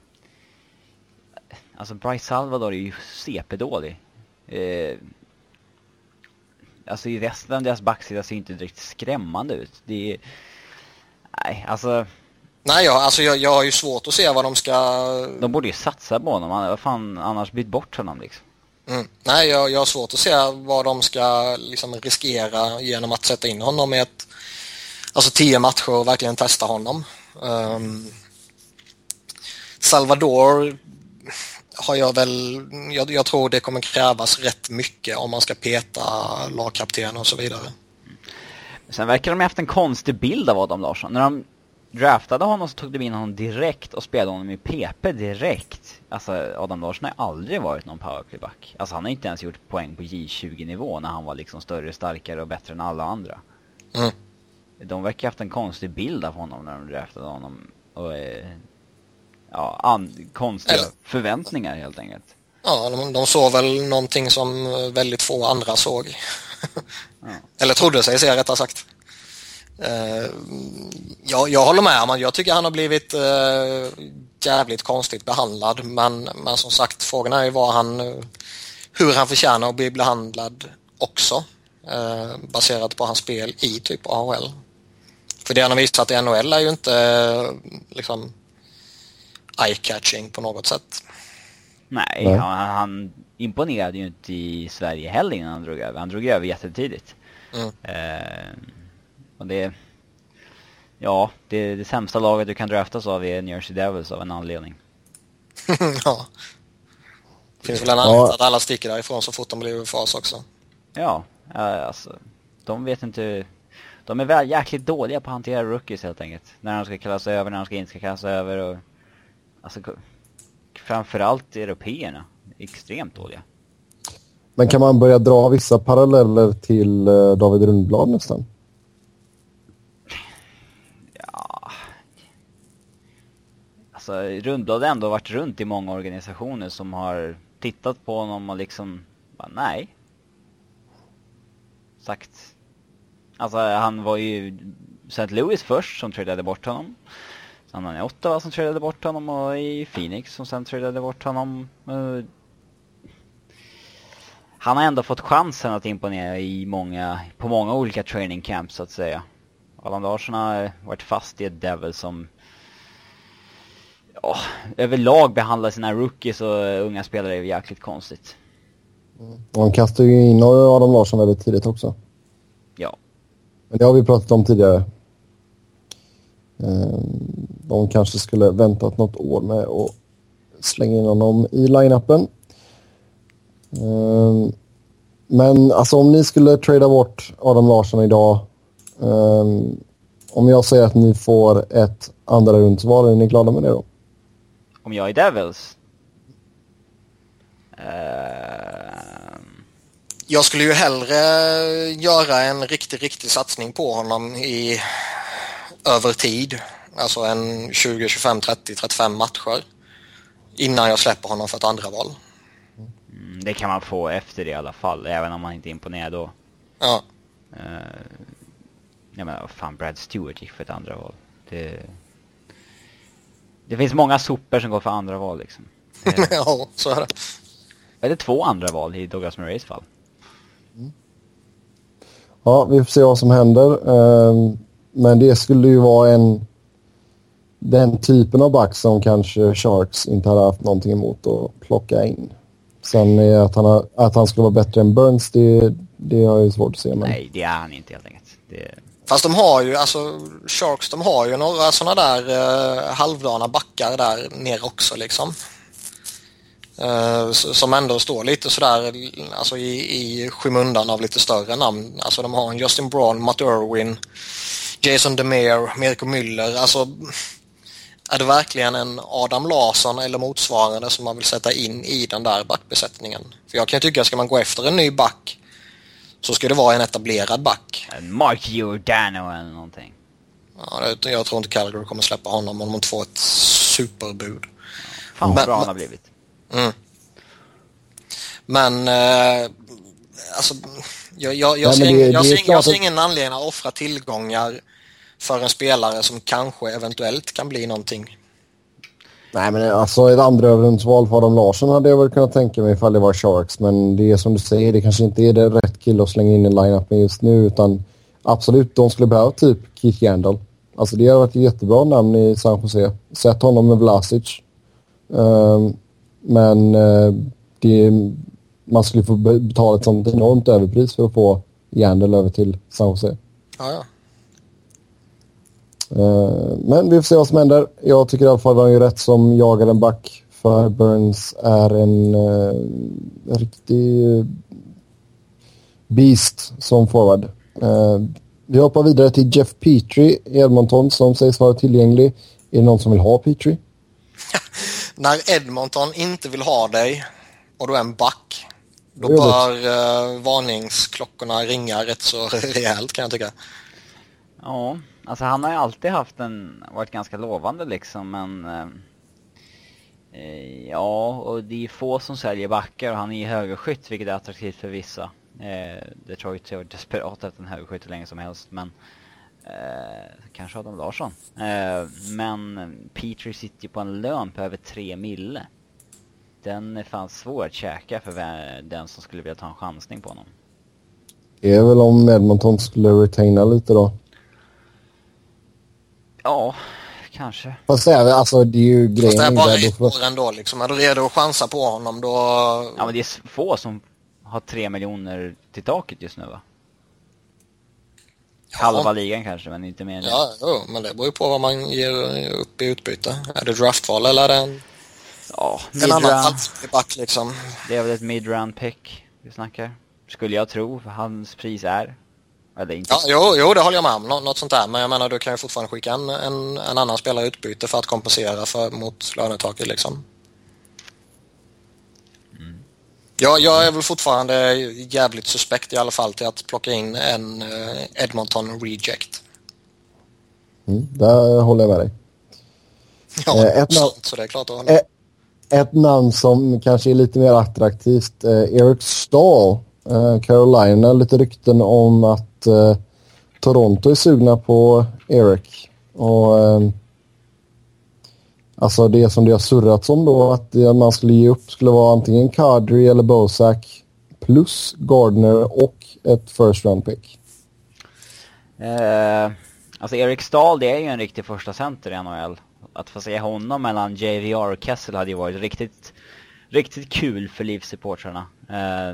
Speaker 1: Alltså Bryce Salvador är ju C P-dålig. Eh... Alltså i resten av deras backsida ser inte direkt skrämmande ut. Det är... Nej, alltså...
Speaker 3: Nej, jag, alltså jag, jag har ju svårt att se vad de ska...
Speaker 1: De borde ju satsa på honom, vad fan annars bytt bort honom liksom.
Speaker 3: Mm. Nej, jag, jag har svårt att se vad de ska liksom riskera genom att sätta in honom i ett... Alltså tio matcher och verkligen testa honom. Um, Salvador har jag väl... Jag, jag tror det kommer krävas rätt mycket om man ska peta lagkapten och så vidare.
Speaker 1: Sen verkar de ha haft en konstig bild av Adam Larsson. När de draftade honom så tog de in honom direkt och spelade honom i P P direkt. Alltså Adam Larsson har aldrig varit någon powerplayback. Alltså han har inte ens gjort poäng på J tjugo-nivå när han var liksom större, starkare och bättre än alla andra.
Speaker 3: Mm.
Speaker 1: De verkar ha haft en konstig bild av honom när de draftade honom. Och eh, ja, an- konstiga
Speaker 3: Eller...
Speaker 1: förväntningar helt enkelt.
Speaker 3: Ja, de, de såg väl någonting som väldigt få andra såg.
Speaker 1: Ja.
Speaker 3: Eller trodde sig se, rättare sagt. Uh, jag, jag håller med om, jag tycker han har blivit uh, jävligt konstigt behandlad, men, men som sagt, frågan är ju vad han, hur han förtjänar att bli behandlad också, uh, baserat på hans spel i typ A H L. För det han har visat i N H L är ju inte uh, liksom eye-catching på något sätt.
Speaker 1: Nej,
Speaker 2: Nej.
Speaker 1: Han, han imponerade ju inte i Sverige heller innan han drog över. Han drog över jättetidigt.
Speaker 3: Mm.
Speaker 1: Eh, Och det, ja, det är det sämsta laget du kan draftas av är New Jersey Devils av en anledning.
Speaker 3: Ja. Det finns väl en anledning ja. Att alla sticker därifrån så fort de blir fas också.
Speaker 1: Ja, alltså de vet inte. De är väl jäkligt dåliga på att hantera rookies helt enkelt. När de ska kallas över, när de ska inte ska kallas över och alltså framförallt européerna extremt dåliga.
Speaker 2: Men kan man börja dra vissa paralleller till David Rundblad nästan?
Speaker 1: Ja. Alltså Rundblad har ändå varit runt i många organisationer som har tittat på honom och liksom bara, nej. Sagt. Alltså han var ju Saint Louis först som tradade bort honom. Sen han är Ottawa som tradade bort honom och i Phoenix som sen tradade bort honom. Han har ändå fått chansen att imponera i många, på många olika training camps så att säga. Adam Larsson har varit fast i ett Devil som ja, överlag behandlar sina rookies och unga spelare är jäkligt konstigt.
Speaker 2: Mm. Och han kastar ju in Adam Larsson väldigt tidigt också.
Speaker 1: Ja.
Speaker 2: Men det har vi pratat om tidigare. De kanske skulle väntat något år med att slänga in honom i line-upen. Men alltså om ni skulle trada bort Adam Larsson idag, om jag säger att ni får ett andra rundsval, är ni glada med det då?
Speaker 1: Om jag är Devils? Uh...
Speaker 3: Jag skulle ju hellre göra en riktig, riktig satsning på honom i över tid. Alltså en tjugo, tjugofem, trettio, trettiofem matcher innan jag släpper honom för ett andra val.
Speaker 1: Mm, det kan man få efter det i alla fall, även om man inte är imponerad då.
Speaker 3: Ja.
Speaker 1: Uh, jag menar, fan, Brad Stewart gick för ett andra val. Det, det finns många sopor som går för andra val liksom. Det,
Speaker 3: ja, så är det.
Speaker 1: Är det två andra val i Douglas Murrays fall?
Speaker 2: Mm. Ja, vi får se vad som händer. Uh, men det skulle ju vara en den typen av back som kanske Sharks inte hade haft någonting emot att plocka in. Sen är att han, har, att han skulle vara bättre än Burns, det, det har jag svårt att se. Men...
Speaker 1: Nej, det är han inte helt enkelt. Det...
Speaker 3: Fast de har ju, alltså Sharks, de har ju några sådana där uh, halvdana backar där ner också liksom. Uh, som ändå står lite sådär alltså i, i skymundan av lite större namn. Alltså de har en Justin Braun, Matt Irwin, Jason Demare, Mirko Müller. Alltså är det verkligen en Adam Larsson eller motsvarande som man vill sätta in i den där backbesättningen? För jag kan tycka att ska man gå efter en ny back så ska det vara en etablerad back.
Speaker 1: En Mark Giordano eller någonting.
Speaker 3: Ja, det, jag tror inte Calgary kommer släppa honom om de får ett superbud.
Speaker 1: Fan vad men, bra han har blivit.
Speaker 3: Mm. Men eh, alltså jag, jag, jag,
Speaker 2: Nej,
Speaker 3: ser,
Speaker 2: det,
Speaker 3: ingen, jag,
Speaker 2: det
Speaker 3: ser, jag ser
Speaker 2: att...
Speaker 3: ingen anledning att offra tillgångar för en spelare som kanske eventuellt kan bli någonting.
Speaker 2: Nej, men alltså ett andra överrundsval för Adam Larsson hade jag väl kunnat tänka mig ifall det var Sharks. Men det är som du säger, det kanske inte är det rätt kille att slänga in i line-upen just nu. Utan absolut, de skulle behöva typ Keith Yandel. Alltså det har varit ett jättebra namn i San Jose. Sett honom med Vlasic. Uh, men uh, det, man skulle få betala ett sånt enormt överpris för att få Yandel över till San Jose.
Speaker 3: Ja, ja.
Speaker 2: Uh, men vi får se vad som händer. Jag tycker i alla fall att han är rätt som jagar en back. För Burns är en uh, riktig beast som forward. Uh, vi hoppar vidare till Jeff Petrie i Edmonton som sägs vara tillgänglig. Är det någon som vill ha Petrie?
Speaker 3: När Edmonton inte vill ha dig och du är en back, då bör uh, varningsklockorna ringa rätt så rejält kan jag tycka.
Speaker 1: Ja, alltså han har ju alltid haft en, varit ganska lovande liksom, men eh, ja, och det är få som säljer backar och han är ju högerskytt, vilket är attraktivt för vissa. Eh, Detroit har varit desperat efter en högerskytt hur länge som helst, men eh, kanske Adam Larsson. Eh, men Petrie sitter ju på en lön på över tre mille. Den är fan svår att käka för den som skulle vilja ta en chansning på honom.
Speaker 2: Det är väl om Edmonton skulle retaina lite då.
Speaker 1: Ja, kanske.
Speaker 2: Fast det är, alltså, det är ju grejen.
Speaker 3: Fast det är bara ett
Speaker 2: för...
Speaker 3: år ändå liksom. Är du redo att chansa på honom då...
Speaker 1: Ja, men det är få som har tre miljoner till taket just nu va? halva ja. ligan kanske, men inte mer än det.
Speaker 3: Ja, jo, men det beror ju på vad man ger upp i utbyte. Är det draftval eller är det en,
Speaker 1: ja,
Speaker 3: en annan back liksom?
Speaker 1: Det är väl ett mid-round pick vi snackar. Skulle jag tro, för hans pris är. Eller inte.
Speaker 3: Ja, jo, jo, det håller jag med om. Nå- något sånt där. Men jag menar, du kan ju fortfarande skicka en, en, en annan spelare i utbyte för att kompensera för, mot lönetaket liksom. Mm. Ja, jag är väl fortfarande jävligt suspekt i alla fall till att plocka in en uh, Edmonton reject.
Speaker 2: Mm, där håller jag med dig.
Speaker 3: Ja,
Speaker 2: eh, ett, namn,
Speaker 3: så det är klart att hålla.
Speaker 2: Ett, ett namn som kanske är lite mer attraktivt, eh, Eric Stahl, eh, Carolina. Lite rykten om att eh, Toronto är sugna på Eric. Och eh, alltså det som det har surrats om då, att det man skulle ge upp skulle vara antingen Kadri eller Bozak plus Gardner och ett first round pick.
Speaker 1: Eh, alltså Eric Stahl, det är ju en riktig första center i N H L. Att få se honom mellan J V R och Kessel hade ju varit riktigt riktigt kul för Leafs-supportrarna. Eh,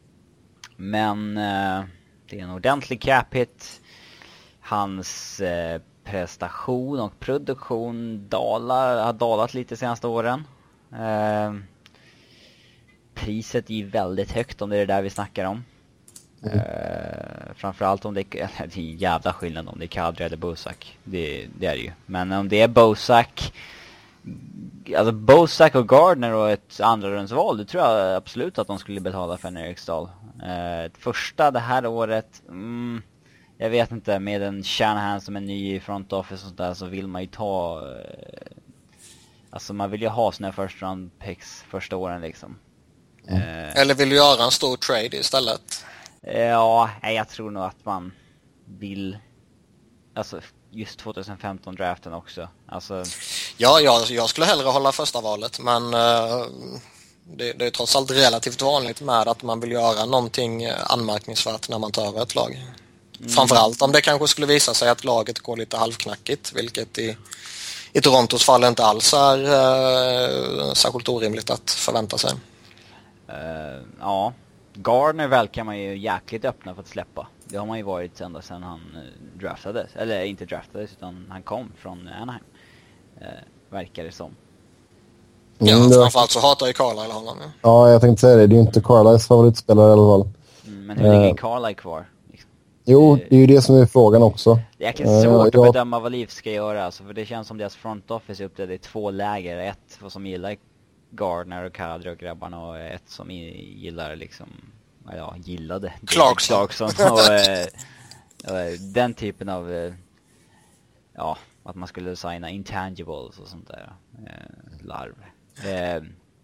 Speaker 1: men eh, det är en ordentlig cap hit. Hans eh, prestation och produktion dalar, har dalat lite de senaste åren. Eh, priset är ju väldigt högt om det är det där vi snackar om. Mm. Uh, framförallt om det är, det är en jävla skillnad om det är Kadri eller Bozak. Det, det är det ju. Men om det är Bozak, alltså Bozak och Gardner och ett andra rundsval, det tror jag absolut att de skulle betala för en Eric Stahl. Uh, första det här året, mm, jag vet inte, med en Shanahan som är ny i front office och sånt där, så vill man ju ta uh, alltså man vill ju ha sina first round picks första åren liksom.
Speaker 3: Mm. Uh, eller vill du göra en stor trade istället?
Speaker 1: Ja, jag tror nog att man vill, alltså just tjugohundrafemton draften också. Alltså...
Speaker 3: Ja, jag, jag skulle hellre hålla första valet, men uh, det, det är trots allt relativt vanligt med att man vill göra någonting anmärkningsvärt när man tar över ett lag. Mm. Framförallt om det kanske skulle visa sig att laget går lite halvknackigt, vilket i, i Torontos fall inte alls är uh, särskilt orimligt att förvänta sig.
Speaker 1: Uh, ja. Gardner väl kan man ju jäkligt öppna för att släppa. Det har man ju varit ända sedan han draftades. Eller inte draftades, utan han kom från Anaheim. Eh, verkar det som.
Speaker 3: Ja, mm, framförallt så hatar ju Carlisle honom. Ja.
Speaker 2: ja, jag tänkte säga det. Det är ju inte Carlisles favoritspelare i alla fall.
Speaker 1: Mm, men hur ligger Carlisle kvar? Liksom?
Speaker 2: Jo, det är ju det som är frågan också.
Speaker 1: Det är jäkligt svårt uh, att bedöma vad Leafs ska göra. Alltså, för det känns som deras front office är uppdelade i två läger. Ett som gillar Gardner och Kadri och grabbarna, och ett som gillar liksom, ja, gillade
Speaker 3: Clarkson,
Speaker 1: Clarkson och äh, den typen av äh, ja, att man skulle signa intangibles och sånt där äh, larv. Äh,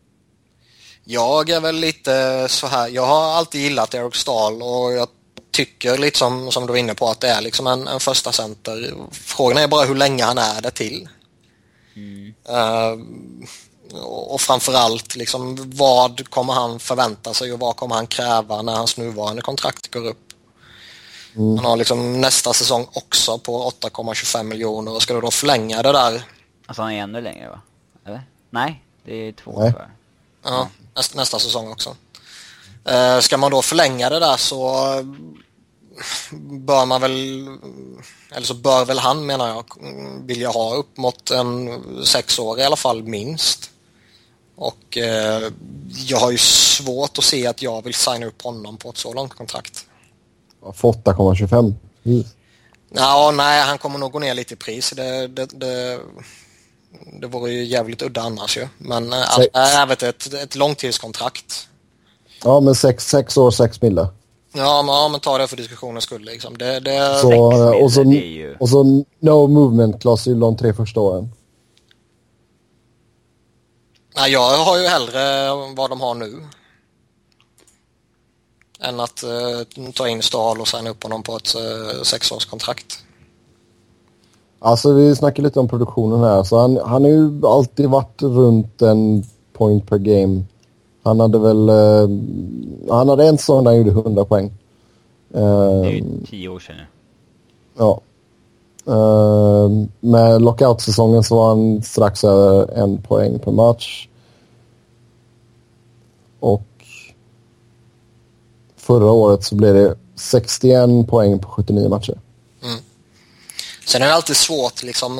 Speaker 3: jag är väl lite så här, jag har alltid gillat Eric Stahl och jag tycker lite som, som du var inne på att det är liksom en, en första center. Frågan är bara hur länge han är det till. Mm. Uh, och framförallt liksom, vad kommer han förvänta sig och vad kommer han kräva när hans nuvarande kontrakt går upp. Mm. Han har liksom nästa säsong också på åtta komma tjugofem miljoner och ska du då förlänga det där?
Speaker 1: Alltså han är ännu längre, va? Eller? Nej, det är två
Speaker 2: Nej.
Speaker 1: år för.
Speaker 3: Ja, mm. nästa, nästa säsong också. Uh, ska man då förlänga det där så bör man väl, eller så bör väl han, menar jag, vilja ha upp mot en sex år i alla fall minst. Och eh, jag har ju svårt att se att jag vill signa upp honom på ett så långt kontrakt.
Speaker 2: För åtta komma tjugofem. Mm.
Speaker 3: Ja, nej, han kommer nog gå ner lite i pris. Det, det, det, det vore ju jävligt udda annars ju. Men äh, även ett, ett långtidskontrakt.
Speaker 2: Ja, men sex, sex år, sex mille.
Speaker 3: Ja, men, ja, men ta det för diskussionens skull liksom. Det, det...
Speaker 2: Så, och, så, ju... och så no movement klausul de tre första åren.
Speaker 3: Nej, jag har ju hellre vad de har nu än att uh, ta in Stahl och signa upp honom på ett uh, sexårskontrakt.
Speaker 2: Alltså vi snackar lite om produktionen här. Så han, han har ju alltid varit runt en point per game. Han hade väl uh, han hade en sån där han gjorde hundra poäng. Uh,
Speaker 1: det är ju tio år sedan nu.
Speaker 2: Ja. Uh, med lockout-säsongen så var han strax över en poäng per match. Och förra året så blev det sextioen poäng på sjuttionio matcher.
Speaker 3: Sen är det alltid svårt liksom.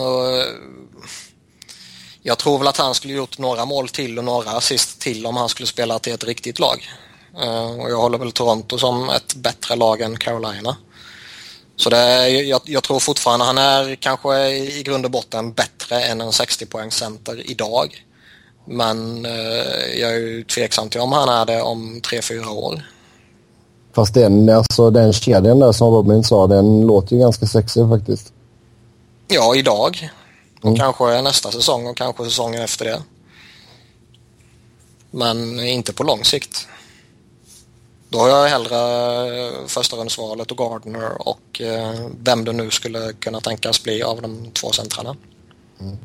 Speaker 3: Jag tror väl att han skulle gjort några mål till och några assist till om han skulle spela till ett riktigt lag. Och jag håller väl Toronto som ett bättre lag än Carolina. Så det, jag, jag tror fortfarande han är kanske i grund och botten bättre än en sextio-poängscenter idag. Men eh, jag är ju tveksam till om han är det om tre fyra år.
Speaker 2: Fast den, alltså, den kedjan där som Robin sa, den låter ju ganska sexig faktiskt.
Speaker 3: Ja, idag. Och
Speaker 2: Mm.
Speaker 3: kanske nästa säsong och kanske säsongen efter det. Men inte på lång sikt. Då har jag hellre första rundsvalet och Gardner och eh, vem det nu skulle kunna tänkas bli av de två centrarna.
Speaker 2: Mm.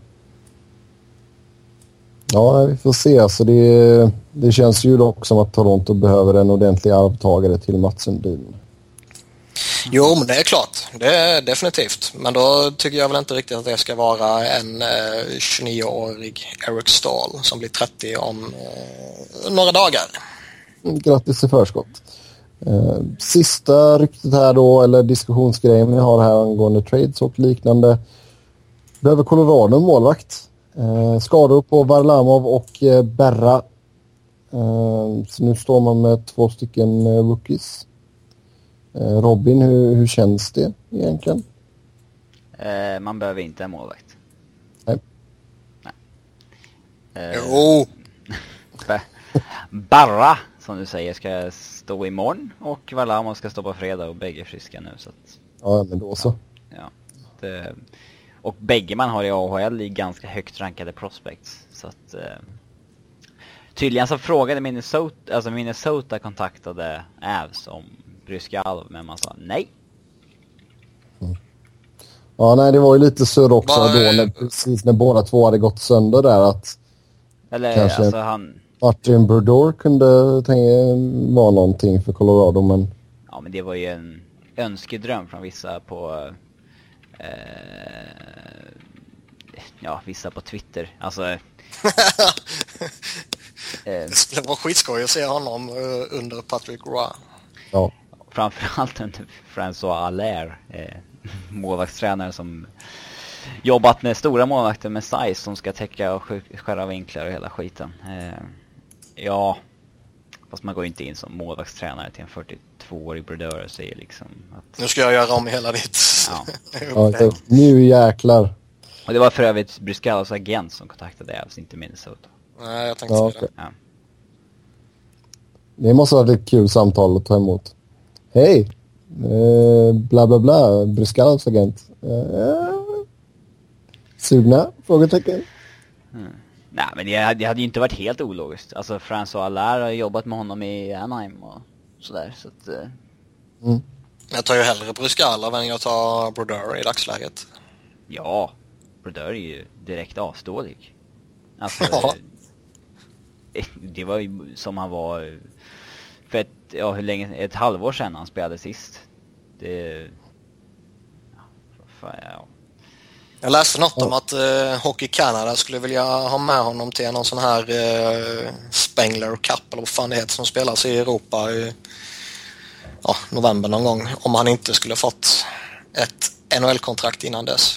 Speaker 2: Ja, vi får se. Alltså det, det känns ju dock som att Toronto behöver en ordentlig arvtagare till Mats Sundin.
Speaker 3: Jo, men det är klart. Det är definitivt. Men då tycker jag väl inte riktigt att det ska vara en eh, tjugonio-årig Eric Stahl som blir trettio om eh, några dagar.
Speaker 2: Grattis i förskott. Eh, sista ryktet här då, eller diskussionsgrejen vi har här angående trades och liknande. Behöver Colorado en målvakt. Eh, skador på Varlamov och eh, Berra. Eh, så nu står man med två stycken eh, rookies. Eh, Robin, hur, hur känns det egentligen?
Speaker 1: Eh, man behöver inte en målvakt.
Speaker 2: Nej.
Speaker 1: Nej. Eh,
Speaker 3: Jo!
Speaker 1: Barra, som du säger, ska stå imorgon och Varlamov ska stå på fredag och bägge är friska nu. Så att,
Speaker 2: Ja, men då så.
Speaker 1: ja, det, och bägge man har i A H L i ganska högt rankade prospects. Så att, eh, tydligen så frågade Minnesota, alltså Minnesota kontaktade Avs om Bryskalov, men man sa nej.
Speaker 2: Ja, nej, det var ju lite surr också
Speaker 3: Var,
Speaker 2: då när, precis när båda två hade gått sönder där att
Speaker 1: Eller
Speaker 2: Kanske.
Speaker 1: alltså han...
Speaker 2: Martin Brodeur kunde tänka vara någonting för Colorado, men...
Speaker 1: Ja, men det var ju en önskedröm från vissa på... Eh, ja, vissa på Twitter. Alltså... eh,
Speaker 3: Det skulle vara skitskoj att se honom uh, under Patrick Roy.
Speaker 2: Ja.
Speaker 1: framförallt under François Allaire, eh, målvaktstränare som jobbat med stora målvakter med size som ska täcka och skära vinklar och hela skiten. Eh, ja, fast man går inte in som målvaktstränare till en fyrtiotvåårig Brodeur och säger liksom att...
Speaker 3: Nu ska jag göra om hela ditt
Speaker 1: Ja.
Speaker 2: Ja, så, nu jäklar.
Speaker 1: Och det var för övrigt Bryskalovs agent som kontaktade Avs, inte Minnesota.
Speaker 3: Nej, jag tänkte
Speaker 2: Ja,
Speaker 3: säga det.
Speaker 2: okej.
Speaker 1: Ja.
Speaker 2: Det måste vara ett kul samtal att ta emot. Hej! Eh, bla bla bla, Bryskalovs agent. Eh, sugna? Frågetecken.
Speaker 1: Mm. Nej, men det, det hade ju inte varit helt ologiskt. Alltså François Allaire har jobbat med honom i Anaheim och sådär. Så att, eh...
Speaker 2: Mm.
Speaker 3: Jag tar ju hellre Bryskalov än jag tar Brodeur i dagsläget.
Speaker 1: ja, Brodeur är ju direkt avståelig. Alltså,
Speaker 3: Ja.
Speaker 1: eh, det var ju som han var för ett, ja, hur länge, ett halvår sedan han spelade sist. Det... Ja, fan, ja.
Speaker 3: Jag läste något om att uh, Hockey Canada skulle vilja ha med honom till någon sån här uh, Spengler Cup eller vad fan det heter som spelas i Europa i ja, november någon gång, om han inte skulle fått ett N H L-kontrakt innan dess.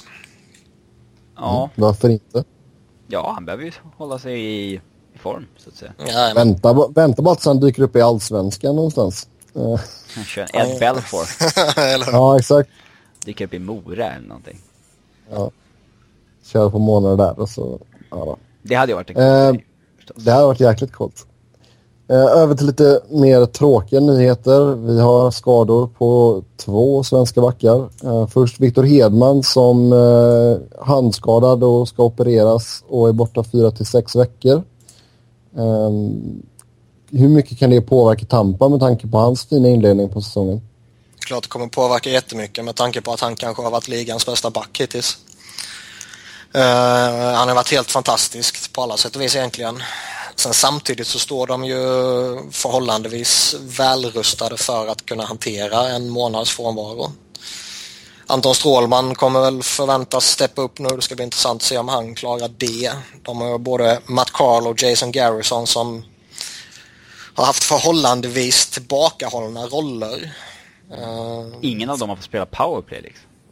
Speaker 1: Ja,
Speaker 2: Mm. Varför inte?
Speaker 1: ja, han behöver ju hålla sig i, i form, så att säga.
Speaker 3: Ja, men...
Speaker 2: Vänta, ba- vänta bara tills han dyker upp i Allsvenskan någonstans. Eh,
Speaker 1: Han kör en Ed Belfour.
Speaker 3: eller...
Speaker 2: ja, exakt.
Speaker 1: Dyker upp i Mora eller någonting.
Speaker 2: Ja. Kör på månader där och så... Ja, då.
Speaker 1: Det hade ju varit en
Speaker 2: Eh,
Speaker 1: grej, förstås.
Speaker 2: Det här har varit jäkligt coolt. Eh, över till lite mer tråkiga nyheter. Vi har skador på två svenska backar. Eh, först Victor Hedman som eh, handskadad och ska opereras och är borta fyra till sex veckor. Eh, hur mycket kan det påverka Tampa med tanke på hans fina inledning på säsongen?
Speaker 3: Klart det kommer påverka jättemycket med tanke på att han kanske har varit ligans bästa back hittills. Uh, han har varit helt fantastisk på alla sätt och vis egentligen. Sen samtidigt så står de ju förhållandevis välrustade för att kunna hantera en månads frånvaro. Anton Strålman kommer väl förväntas steppa upp nu. Det ska bli intressant att se om han klarar det. De har både Matt Carl och Jason Garrison som har haft förhållandevis tillbakahållna roller. Uh,
Speaker 1: Ingen av dem har fått spela powerplay liksom.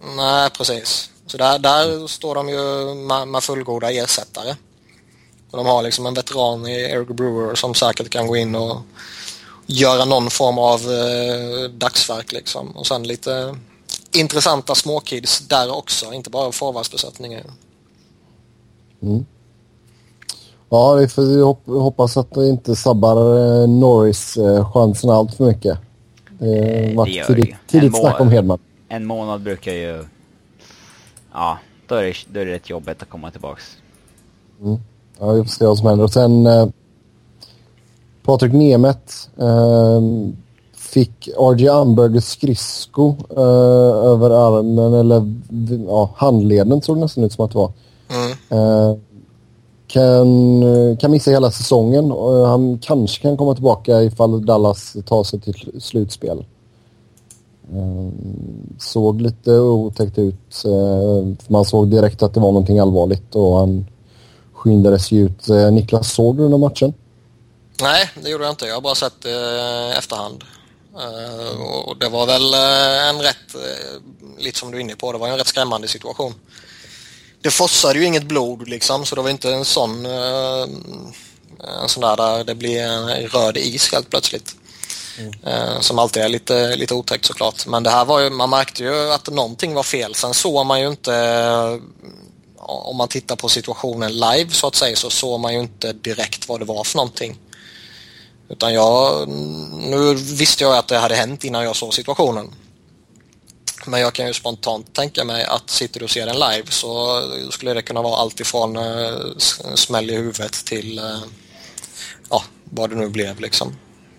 Speaker 3: Nej, precis. Så där, där står de ju med, med fullgoda ersättare. Och de har liksom en veteran i Eric Brewer som säkert kan gå in och göra någon form av eh, dagsverk liksom. Och sen lite intressanta småkids där också, inte bara forwardsbesättningen.
Speaker 2: Mm. Ja, vi får ju hop- hoppas att det inte sabbar eh, Norris eh, chansen allt för mycket. Det har varit
Speaker 1: det
Speaker 2: tidigt, tidigt snack om Hedman.
Speaker 1: En månad brukar ju... Ja, då är det, då är det rätt jobbigt att komma tillbaks.
Speaker 2: Mm. Ja, vi får se vad som händer. Och sen eh, Patrik Nemeth eh, fick R J Ambergers skridsko eh, över armen, eller ja, handleden såg det nästan ut som att det var.
Speaker 3: Mm.
Speaker 2: Eh, kan, kan missa hela säsongen och han kanske kan komma tillbaka ifall Dallas tar sig till slutspel. Eh, såg lite otäckt ut. Eh, man såg direkt att det var någonting allvarligt och han skyndades ju ut. Eh, Niklas, såg du den matchen?
Speaker 3: Nej, det gjorde jag inte. Jag har bara sett eh, efterhand. Eh, och det var väl eh, en rätt, eh, lite som du är inne på, det var en rätt skrämmande situation. Det fossade ju inget blod liksom, så det var inte en sån eh, en sån där där det blir en röd is helt plötsligt. Mm. Eh, som alltid är lite, lite otäckt såklart. Men det här var ju, man märkte ju att någonting var fel. Sen såg man ju inte, eh, om man tittar på situationen live så att säga, så såg man ju inte direkt vad det var för någonting. Utan jag, nu visste jag att det hade hänt innan jag såg situationen. Men jag kan ju spontant tänka mig att sitter du och ser den live så skulle det kunna vara allt ifrån eh, smäll i huvudet till eh, ja, vad det nu blev liksom.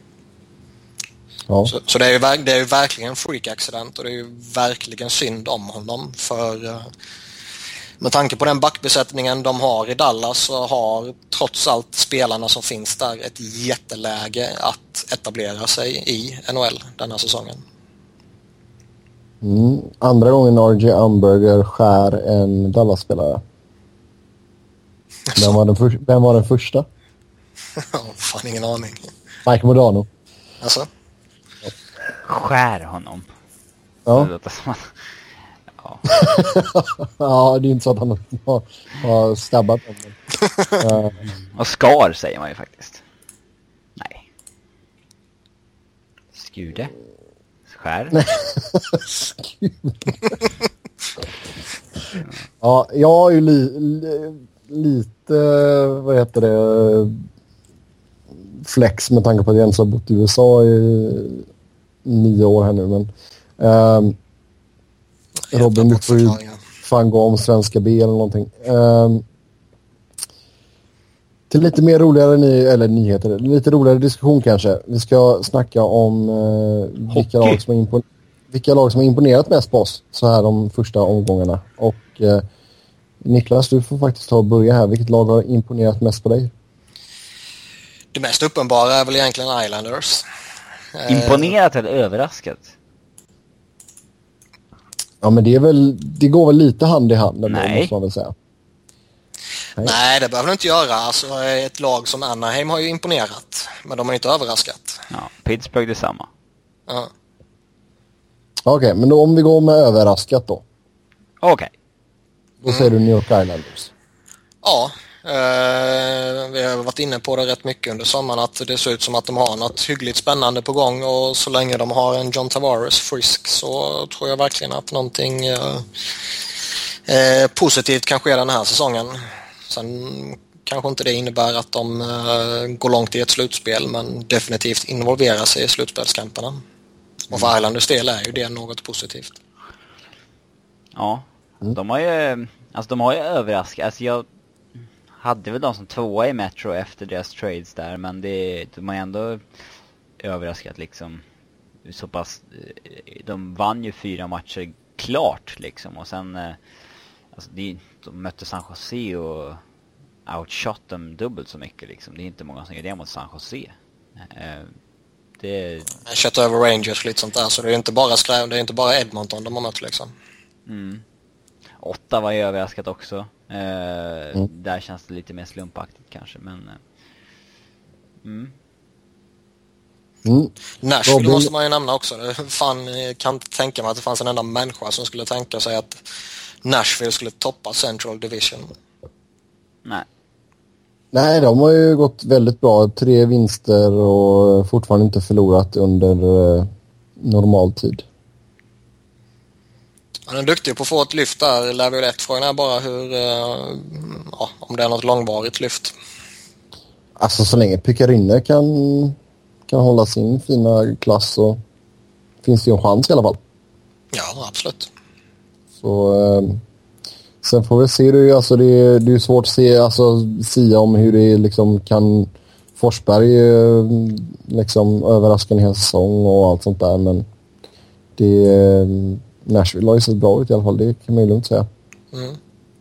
Speaker 2: Ja.
Speaker 3: Så, så det, är ju, det är ju verkligen en freak accident och det är ju verkligen synd om honom. För eh, med tanke på den backbesättningen de har i Dallas så har trots allt spelarna som finns där ett jätteläge att etablera sig i N H L denna säsongen.
Speaker 2: Mm. Andra gången R J Amberger skär en Dallas-spelare. Vem var den, för, vem var den första?
Speaker 3: Fan, ingen aning.
Speaker 2: Mike Modano.
Speaker 3: Alltså?
Speaker 1: Skär honom.
Speaker 2: Ja.
Speaker 1: Ja.
Speaker 2: Ja. Ja, det är inte så att han har, har stabbat honom. uh.
Speaker 1: Och skar säger man ju faktiskt. Nej. Skude. Skär.
Speaker 2: Ja, jag har ju li, li, lite, vad heter det, flex med tanke på att jag ens har bott i U S A i nio år här nu. Men um, Robin, du får ju fan gå om Svenska B eller någonting. Um, till lite mer roligare ny, eller nyheter, lite roligare diskussion kanske. Vi ska snacka om uh, vilka, lag som har impon- vilka lag som har imponerat mest på oss så här de första omgångarna. Och uh, Niklas, du får faktiskt ta och börja här. Vilket lag har imponerat mest på dig?
Speaker 3: Det mest uppenbara är väl egentligen Islanders.
Speaker 1: Imponerat eller överraskat?
Speaker 2: Ja, men det är väl, det går väl lite hand i hand,
Speaker 1: Nej.
Speaker 2: måste man väl säga.
Speaker 3: Nej. Nej, det behöver du inte göra. Alltså, ett lag som Anaheim har ju imponerat, men de har inte överraskat.
Speaker 1: Ja, Pittsburgh detsamma.
Speaker 3: Ja.
Speaker 2: Okej, okay, men då, om vi går med överraskat då.
Speaker 1: Okej. Okay.
Speaker 2: Då säger du New York Islanders.
Speaker 3: Ja, eh, vi har varit inne på det rätt mycket under sommaren att det ser ut som att de har något hyggligt spännande på gång och så länge de har en John Tavares frisk så tror jag verkligen att någonting eh, eh, positivt kan ske den här säsongen. Sen kanske inte det innebär att de eh, går långt i ett slutspel, men definitivt involverar sig i slutspelskamperna. Och för Islanders del är ju det något positivt.
Speaker 1: Ja, mm. de har ju alltså de har ju överraskat. Alltså jag hade väl de som tvåa i Metro efter deras trades där, men det, de har ändå överraskat liksom så pass. De vann ju fyra matcher klart liksom, och sen alltså de, de mötte San Jose och outshot dem dubbelt så mycket liksom. Det är inte många som gör det mot San Jose. Det
Speaker 3: kört över Rangers lite sånt där, så det är inte bara skräv, det är inte bara Edmonton de har mött liksom.
Speaker 1: Mm. Åtta var ju överraskat också. Eh, mm. Där känns det lite mer slumpaktigt kanske, men eh, mm.
Speaker 2: Mm.
Speaker 3: Nashville
Speaker 2: Robin...
Speaker 3: måste man ju nämna också. Fan, jag kan inte tänka mig att det fanns en enda människa som skulle tänka sig att Nashville skulle toppa Central Division.
Speaker 1: Nej.
Speaker 2: Nej, de har ju gått väldigt bra. Tre vinster och fortfarande inte förlorat under eh, normal tid.
Speaker 3: Han är duktig på att få ett lyft där. Level ett. Frågan är bara hur, eh, ja, om det är något långvarigt lyft.
Speaker 2: Alltså så länge Pekarinne kan, kan hålla sin fina klass så finns det ju en chans i alla fall.
Speaker 3: Ja, absolut.
Speaker 2: Så eh, sen får vi se det. Alltså det, är, det är svårt att se, alltså sia om hur det liksom kan Forsberg eh, liksom överraska en hel säsong och allt sånt där, men det eh, Nashville har ju sett bra ut i alla fall, det kan man ju lugnt säga.
Speaker 3: Mm.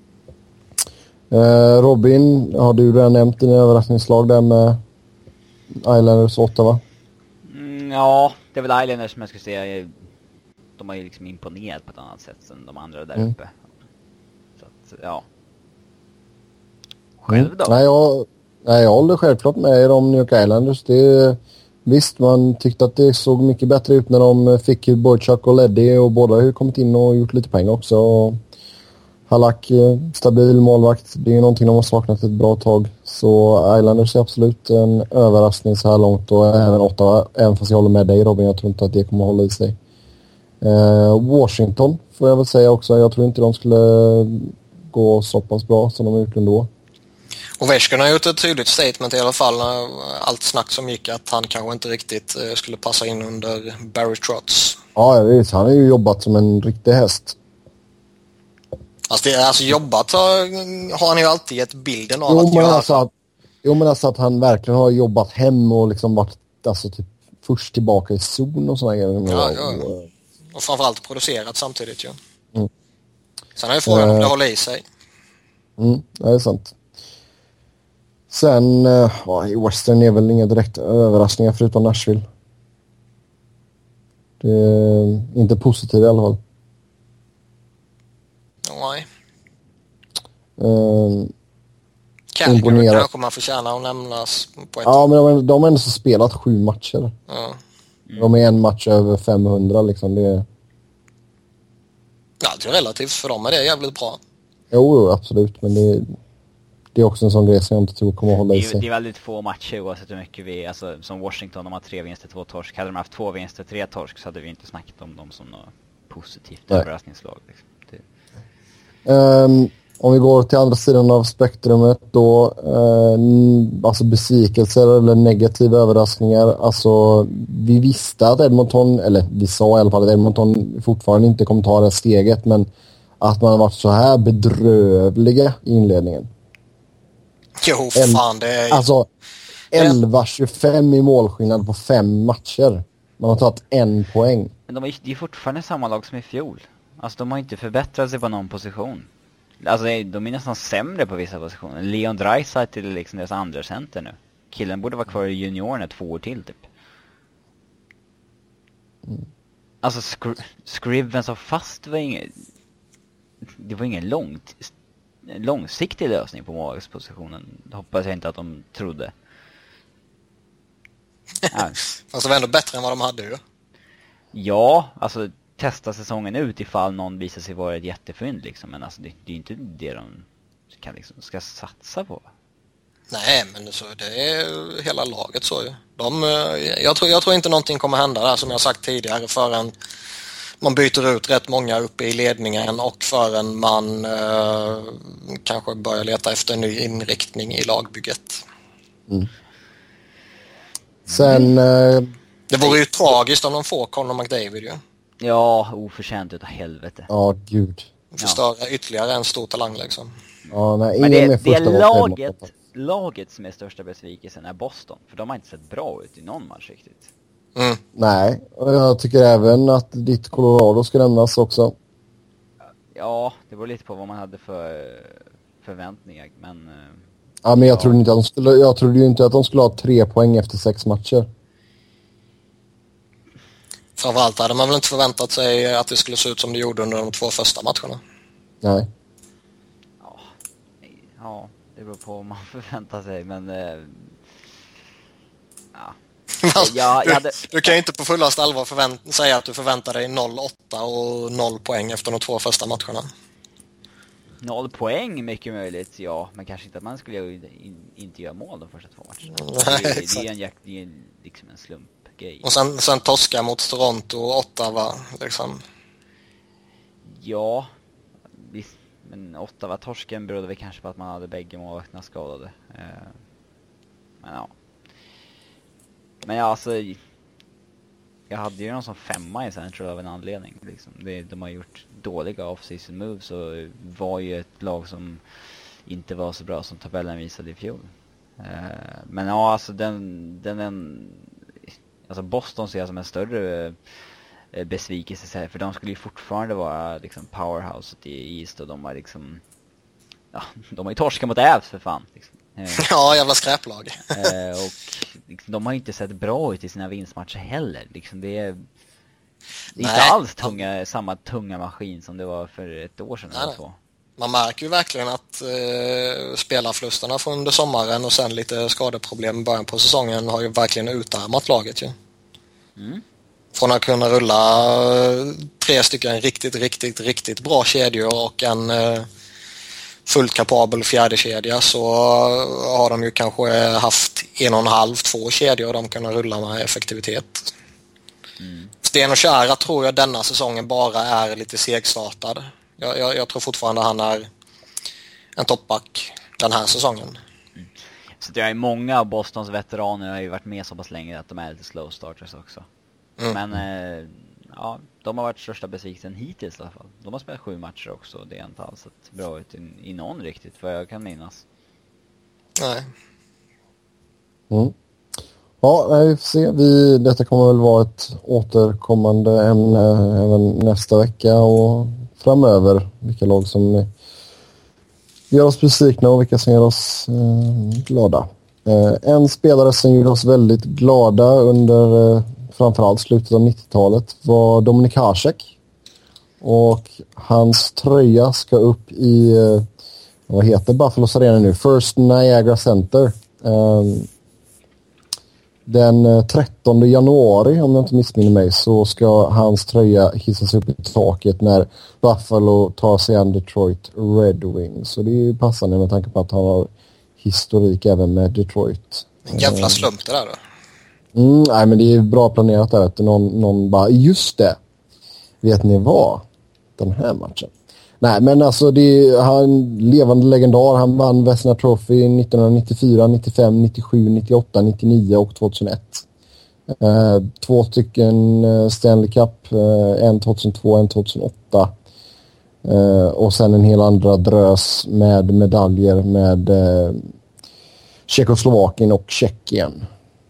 Speaker 2: Eh, Robin, har du redan nämnt din överraskningslag där med Islanders åtta, va?
Speaker 1: Mm, ja, det är väl Islanders som jag skulle säga. De har ju liksom imponerat på ett annat sätt än de andra där
Speaker 2: Mm.
Speaker 1: uppe. Så att, ja. Själv då?
Speaker 2: Nej, jag, nej, jag håller självklart med er om New York Islanders. Det, visst, man tyckte att det såg mycket bättre ut när de fick Boychuk och Leddy och båda har ju kommit in och gjort lite pengar också. Och Halak, stabil målvakt. Det är ju någonting de har saknat ett bra tag. Så Islanders är absolut en överraskning så här långt och även åtta, även fast jag håller med dig Robin, jag tror inte att det kommer att hålla i sig. Eh, Washington får jag väl säga också. Jag tror inte de skulle gå så pass bra som de har gjort ändå.
Speaker 3: Och Ovechkin har gjort ett tydligt statement i alla fall. Allt snack som gick att han kanske inte riktigt skulle passa in under Barry Trotz.
Speaker 2: Ja, det är, han har ju jobbat som en riktig häst.
Speaker 3: Alltså, det, alltså jobbat har, har han ju alltid gett bilden av
Speaker 2: jo,
Speaker 3: att
Speaker 2: men
Speaker 3: göra.
Speaker 2: alltså att, jo men alltså att han verkligen har jobbat hem och liksom varit alltså, typ, först tillbaka i zon och sådana grejer.
Speaker 3: Ja, ja. Och framförallt producerat samtidigt ju. Ja. Mm. Sen är ju frågan uh, om det håller i sig.
Speaker 2: Mm, det är sant. Sen, ja, i Western är väl inga direkta överraskningar förutom Nashville. Det är inte positivt i alla fall.
Speaker 3: Nej.
Speaker 2: Um,
Speaker 3: Calgary kanske man förtjänar att nämnas på ett...
Speaker 2: Ja, men de, de har ändå så spelat sju matcher.
Speaker 3: Ja.
Speaker 2: Mm. De är en match över femhundra liksom. Det är...
Speaker 3: Ja, det är relativt för dem är det jävligt bra.
Speaker 2: Jo, jo absolut. Men det är, det är också en sån grej som jag inte tror kommer att hålla i sig.
Speaker 1: Det är väldigt få matcher oavsett hur mycket vi... Alltså, som Washington, de har tre vinster, två torsk. Hade de haft två vinster, tre torsk så hade vi inte snackat om dem som något positivt överraskningslag. Liksom. Det...
Speaker 2: Um, om vi går till andra sidan av spektrumet då, uh, alltså besvikelser eller negativa överraskningar. Alltså, vi visste att Edmonton, eller vi sa i alla fall att Edmonton fortfarande inte kommer ta det steget, men att man har varit så här bedrövliga i inledningen.
Speaker 3: Jo, fan det är...
Speaker 2: Alltså, elva tjugofem i målskillnad på fem matcher. Man har tagit en poäng.
Speaker 1: Men de är ju fortfarande samma lag som i fjol. Alltså, de har inte förbättrat sig på någon position. Alltså, de är nästan sämre på vissa positioner. Leon Draisaitl är liksom deras andra center nu. Killen borde vara kvar i juniorerna två år till, typ. Mm. Alltså, skri- Scrivens och fast var ingen... Det var ingen långt... långsiktig lösning på målvaktspositionen. Det hoppas jag inte att de trodde.
Speaker 3: Ja. Fast det var ändå bättre än vad de hade ju.
Speaker 1: Ja, alltså testa säsongen ut ifall någon visar sig vara ett jättefynd liksom. Men alltså det, det är inte det de kan liksom, ska satsa på.
Speaker 3: Nej, men så, det är hela laget så ju. De, jag, tror, jag tror inte någonting kommer hända där som jag sagt tidigare förrän man byter ut rätt många uppe i ledningen och förrän man eh, kanske börjar leta efter en ny inriktning i lagbygget.
Speaker 2: Mm. Sen... Eh,
Speaker 3: det vore ju tragiskt om de får Connor McDavid ju.
Speaker 1: Ja, oförtjänt utav helvete.
Speaker 2: Ja, gud.
Speaker 3: Förstöra ja. Ytterligare en stor talang liksom.
Speaker 2: Ja, nej,
Speaker 1: men det, det är laget, laget som är största besvikelsen är Boston. För de har inte sett bra ut i någon match riktigt.
Speaker 3: Mm.
Speaker 2: Nej, och jag tycker även att ditt Colorado ska nämnas också.
Speaker 1: Ja, det var lite på vad man hade för förväntningar, men...
Speaker 2: Ja, men jag, ja. Trodde inte att de skulle, jag trodde ju inte att de skulle ha tre poäng efter sex matcher.
Speaker 3: Framförallt hade man väl inte förväntat sig att det skulle se ut som det gjorde under de två första matcherna.
Speaker 2: Nej.
Speaker 1: Ja, ja det beror på vad man förväntar sig, men... Eh, ja. Ja, jag hade...
Speaker 3: Du kan ju inte på fullast allvar förvänt- säga att du förväntar dig noll åtta och noll poäng efter de två första matcherna.
Speaker 1: Noll poäng, mycket möjligt, ja. Men kanske inte att man skulle in, inte göra mål de första två matcherna.
Speaker 3: Nej,
Speaker 1: det, är,
Speaker 3: exakt.
Speaker 1: det, är en, jack- det är liksom en slumpgrej.
Speaker 3: Och sen, sen torska mot Toronto och Ottawa, liksom.
Speaker 1: Ja, visst. Men Ottawa-torsken berodde väl kanske på att man hade bägge målvakterna skadade. Eh, men ja. Men ja, alltså... Jag hade ju någon som femma i sen, tror jag, av en anledning. Liksom. Det, de har gjort dåliga off-season moves och var ju ett lag som inte var så bra som tabellen visade i fjol. Uh, men ja, alltså den, den, den alltså Boston ser jag som en större uh, besvikelse, för de skulle ju fortfarande vara liksom powerhouset i East, och de var liksom, ja, de har ju torskat mot Avs för fan. Liksom. Uh,
Speaker 3: Ja, jävla skräplag.
Speaker 1: uh, och liksom, de har ju inte sett bra ut i sina vinstmatcher heller. Liksom, det är, det är inte alls tunga, samma tunga maskin som det var för ett år sedan eller två.
Speaker 3: Man märker ju verkligen att eh, spelarförlusterna från under sommaren och sen lite skadeproblem i början på säsongen har ju verkligen utarmat laget ju.
Speaker 1: Mm.
Speaker 3: Från att kunna rulla eh, tre stycken riktigt, riktigt, riktigt bra kedjor och en eh, fullt kapabel fjärde kedja, så har de ju kanske haft en och en halv, två kedjor de kan rulla med effektivitet.
Speaker 1: Mm.
Speaker 3: Sten och Kära tror jag denna säsongen bara är lite segstartad. Jag, jag, jag tror fortfarande han är en toppback den här säsongen.
Speaker 1: Mm. Så det är många av Bostons veteraner har ju varit med så pass länge att de är lite slow starters också. Mm. Men eh, ja, de har varit största besvikelsen hittills i alla fall. De har spelat sju matcher också. Det är inte alls ett bra ut i, i någon riktigt, vad jag kan minnas.
Speaker 3: Nej.
Speaker 2: Mm. Ja, vi får se. Vi, detta kommer väl vara ett återkommande ämne även nästa vecka och framöver. Vilka lag som gör oss besvikna och vilka som gör oss eh, glada. Eh, en spelare som gjorde oss väldigt glada under eh, framförallt slutet av nittiotalet var Dominik Hasek. Och hans tröja ska upp i, eh, vad heter Buffalos Arena nu? First Niagara Center. Eh, Den trettonde januari, om jag inte missminner mig, så ska hans tröja hissas upp i taket när Buffalo tar sig an Detroit Red Wings. Så det är ju passande med tanke på att han har historik även med Detroit.
Speaker 3: En jävla slump det där då.
Speaker 2: Mm, nej, men det är bra planerat där. Att någon, någon bara, just det, vet ni vad? Den här matchen. Nej, men alltså det är han levande legendar. Han vann Vezina Trophy nittonhundranittiofyra, nittiofem, nittiosju, nittioåtta, nittionio och tvåtusenett. Eh, två stycken Stanley Cup, eh, en tjugohundratvå, en tjugohundraåtta. Eh, och sen en hel andra drös med medaljer med eh, Tjeckoslovakien och Tjeckien.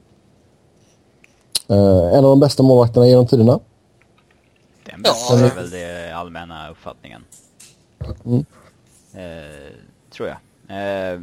Speaker 2: Eh, en av de bästa målvakterna genom tiderna.
Speaker 1: Den bästa är väl det allmänna uppfattningen.
Speaker 2: Mm.
Speaker 1: Eh, tror jag. Eh,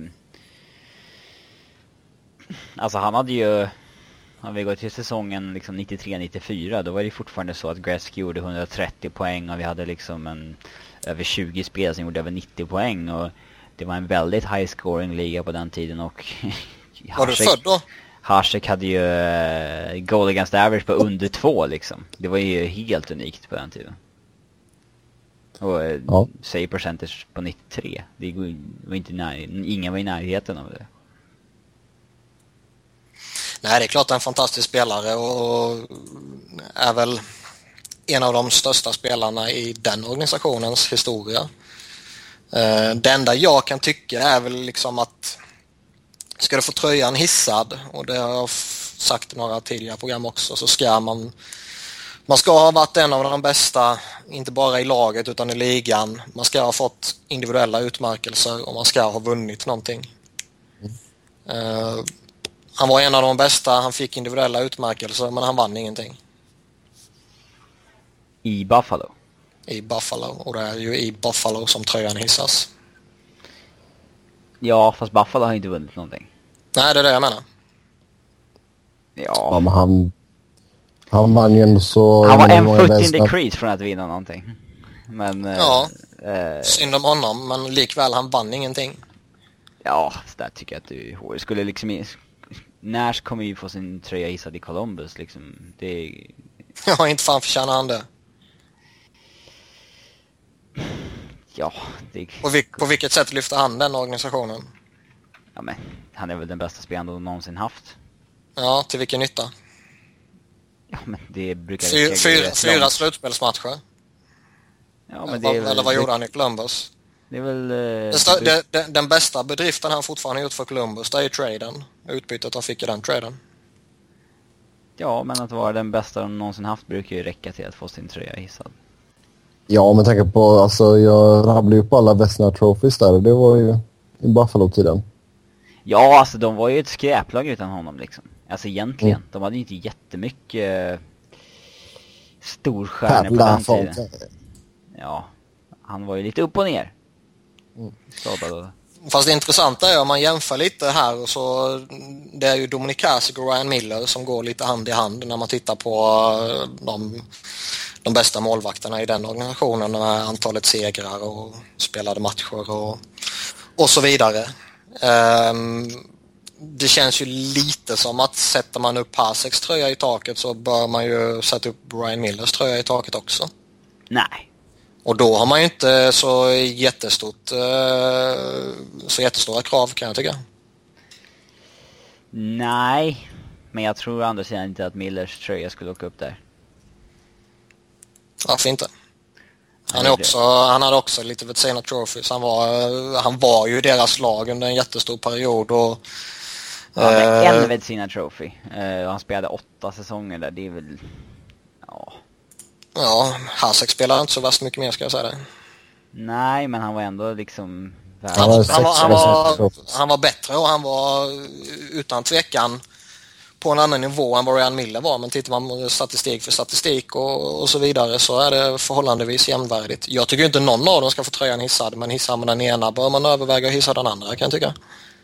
Speaker 1: alltså han hade ju, om vi går till säsongen liksom nittiotre nittiofyra, då var det fortfarande så att Gretzky gjorde hundratrettio poäng och vi hade liksom en över tjugo spelare som gjorde över nittio poäng, och det var en väldigt high scoring liga på den tiden. Och
Speaker 3: var du född då?
Speaker 1: Hasek hade ju uh, goal against average på under två liksom. Det var ju helt unikt på den tiden. Och uh, ja. Save percentage på nittiotre. Det var inte när, ingen var i närheten av det.
Speaker 3: Nej, det är klart en fantastisk spelare och är väl en av de största spelarna i den organisationens historia. Uh, det enda jag kan tycka är väl liksom att ska du få tröjan hissad, och det har jag sagt i några tidigare program också, så ska man man ska ha varit en av de bästa, inte bara i laget utan i ligan. Man ska ha fått individuella utmärkelser och man ska ha vunnit någonting. Mm. Uh, han var en av de bästa, han fick individuella utmärkelser, men han vann ingenting.
Speaker 1: I Buffalo?
Speaker 3: I Buffalo, och det är ju i Buffalo som tröjan hissas.
Speaker 1: Ja, fast Buffalo har inte vunnit någonting.
Speaker 3: Nej, det är det jag menar.
Speaker 1: Ja,
Speaker 2: ja men han han vann ju ändå så...
Speaker 1: Han var en foot in the crease från att vinna någonting. Men...
Speaker 3: Ja,
Speaker 1: eh,
Speaker 3: synd om honom, men likväl han vann ingenting.
Speaker 1: Ja, så där tycker jag att du skulle liksom Nash kommer ju få sin tröja hissad i Columbus liksom. Det är...
Speaker 3: Ja, inte fan förtjänar han det.
Speaker 1: Ja, det...
Speaker 3: På, vil- på vilket sätt lyfter han den organisationen?
Speaker 1: Ja, men han är väl den bästa spelaren de någonsin haft.
Speaker 3: Ja, till vilken nytta?
Speaker 1: Ja, men det brukar...
Speaker 3: Fyra, fyra, fyra slutspelsmatcher.
Speaker 1: Ja, men
Speaker 3: eller,
Speaker 1: det är
Speaker 3: vad,
Speaker 1: väl...
Speaker 3: eller vad gjorde
Speaker 1: det...
Speaker 3: han i Columbus?
Speaker 1: Det är väl...
Speaker 3: Den,
Speaker 1: Eh...
Speaker 3: stö- det, den, den bästa bedriften han fortfarande gjort för Columbus, det är ju traden. Utbytet han fick i den traden.
Speaker 1: Ja, men att vara den bästa de någonsin haft brukar ju räcka till att få sin tröja hissad.
Speaker 2: Ja, men tänker på, alltså jag rabblade ju på alla Vesna Trophies där. Det var ju i Buffalo-tiden.
Speaker 1: Ja, alltså de var ju ett skräplag utan honom liksom. Alltså egentligen. Mm. De hade ju inte jättemycket uh, storstjärnor på den tiden. Ja, han var ju lite upp och ner. Mm. Skadad.
Speaker 3: Fast det intressanta är om man jämför lite här så det är ju Dominik Hasek och Ryan Miller som går lite hand i hand när man tittar på de, de bästa målvakterna i den organisationen med antalet segrar och spelade matcher och, och så vidare. Um, det känns ju lite som att sätter man upp Haseks tröja i taket så bör man ju sätta upp Ryan Millers tröja i taket också.
Speaker 1: Nej.
Speaker 3: Och då har man ju inte så jättestort så jättestora krav kan jag tycka.
Speaker 1: Nej, men jag tror å andra sidan inte att Millers tröja skulle åka upp där.
Speaker 3: Varför inte? Han, är också, han hade också lite Vezina Trophies. Han var, han var ju i deras lag under en jättestor period. Och,
Speaker 1: ja, äh, en Vezina Trophy. Uh, han spelade åtta säsonger där. Det är väl... Ja...
Speaker 3: Ja, Hasek spelade inte så värst mycket mer ska jag säga det.
Speaker 1: Nej, men han var ändå liksom...
Speaker 3: Han, han, var, han, var, han var bättre och han var utan tvekan på en annan nivå än vad Ryan Miller var. Men tittar man på statistik för statistik och, och så vidare så är det förhållandevis jämnvärdigt. Jag tycker inte någon av dem ska få tröjan hissad, men hissar man den ena bör man överväga att hissa den andra kan jag tycka.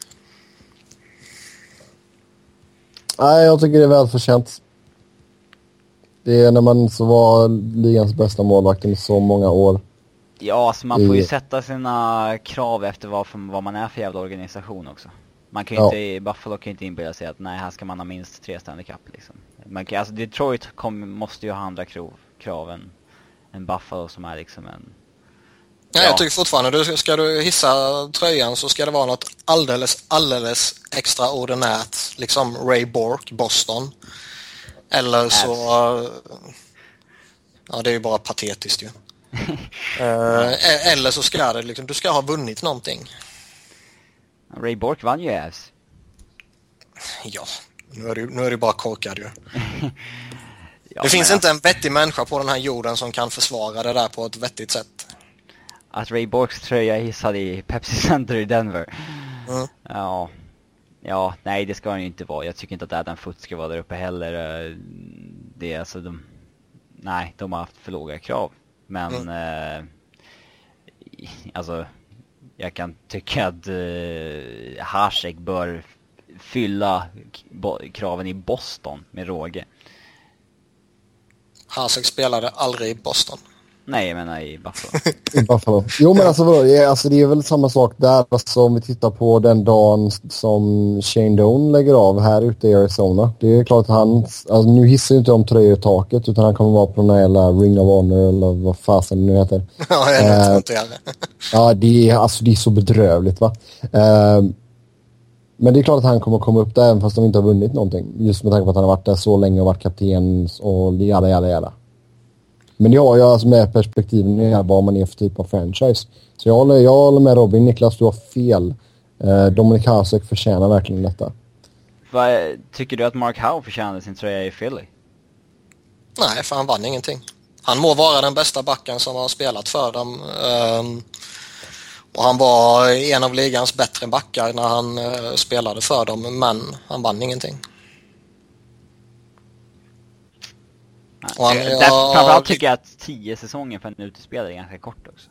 Speaker 2: Nej, jag tycker det är välförtjänt. Det är när man så var ligans bästa målvakt i så många år.
Speaker 1: Ja, så man får ju sätta sina krav efter vad, för, vad man är för jävla organisation också. Man kan ju ja. inte, Buffalo kan ju inte inbilla sig att nej, här ska man ha minst tre Stanley Cup liksom. Man kan, alltså Detroit kom, måste ju ha andra krav, krav än, än Buffalo som är liksom en...
Speaker 3: Ja. Jag tycker fortfarande, du, ska du hissa tröjan så ska det vara något alldeles, alldeles extraordinärt. Liksom Ray Bork, Boston. Eller så... Äh. Ja, det är ju bara patetiskt ju. uh, eller så ska det liksom, du ska ha vunnit någonting.
Speaker 1: Ray Bork vann ju Avs.
Speaker 3: Ja, nu är du, nu är du bara korkad ju.
Speaker 1: Ja,
Speaker 3: det finns
Speaker 1: men,
Speaker 3: inte en vettig människa på den här jorden som kan försvara det där på ett vettigt sätt.
Speaker 1: Att Ray Borks tröja hissade i Pepsi Center i Denver.
Speaker 3: Mm.
Speaker 1: Ja. Ja, nej det ska han ju inte vara. Jag tycker inte att Adam Foote ska vara där uppe heller. Det är alltså de... Nej, de har haft för låga krav. Men mm. eh, alltså jag kan tycka att eh, Hasek bör fylla kraven i Boston med råge.
Speaker 3: Hasek spelade aldrig i Boston.
Speaker 1: Nej, jag menar i Buffalo.
Speaker 2: I Buffalo. Jo, men alltså, vadå, alltså det är väl samma sak där. Alltså, om vi tittar på den dagen som Shane Doan lägger av här ute i Arizona. Det är klart att han... Alltså, nu hissar ju inte om tröjor i taket utan han kommer vara på den här jävla Ring of Honor eller vad fasen det nu heter.
Speaker 3: Ja, jag är uh, inte jag.
Speaker 2: Ja, det är, alltså, det är så bedrövligt, va? Uh, men det är klart att han kommer komma upp där även fast de inte har vunnit någonting. Just med tanke på att han har varit där så länge och varit kapten och jada, jada, jada. Men det har jag alltså med perspektiven i vad man är för typ av franchise. Så jag håller, jag håller med Robin. Niklas, du har fel. Eh, Dominik Hasek förtjänar verkligen detta.
Speaker 1: Vad, tycker du att Mark Howe förtjänade sin tröja i Philly?
Speaker 3: Nej, för han vann ingenting. Han må vara den bästa backen som har spelat för dem. Um, och han var en av ligans bättre backar när han uh, spelade för dem. Men han vann ingenting.
Speaker 1: Och han, jag, Därför, framförallt tycker jag att tio säsonger för en utespelare är ganska kort också.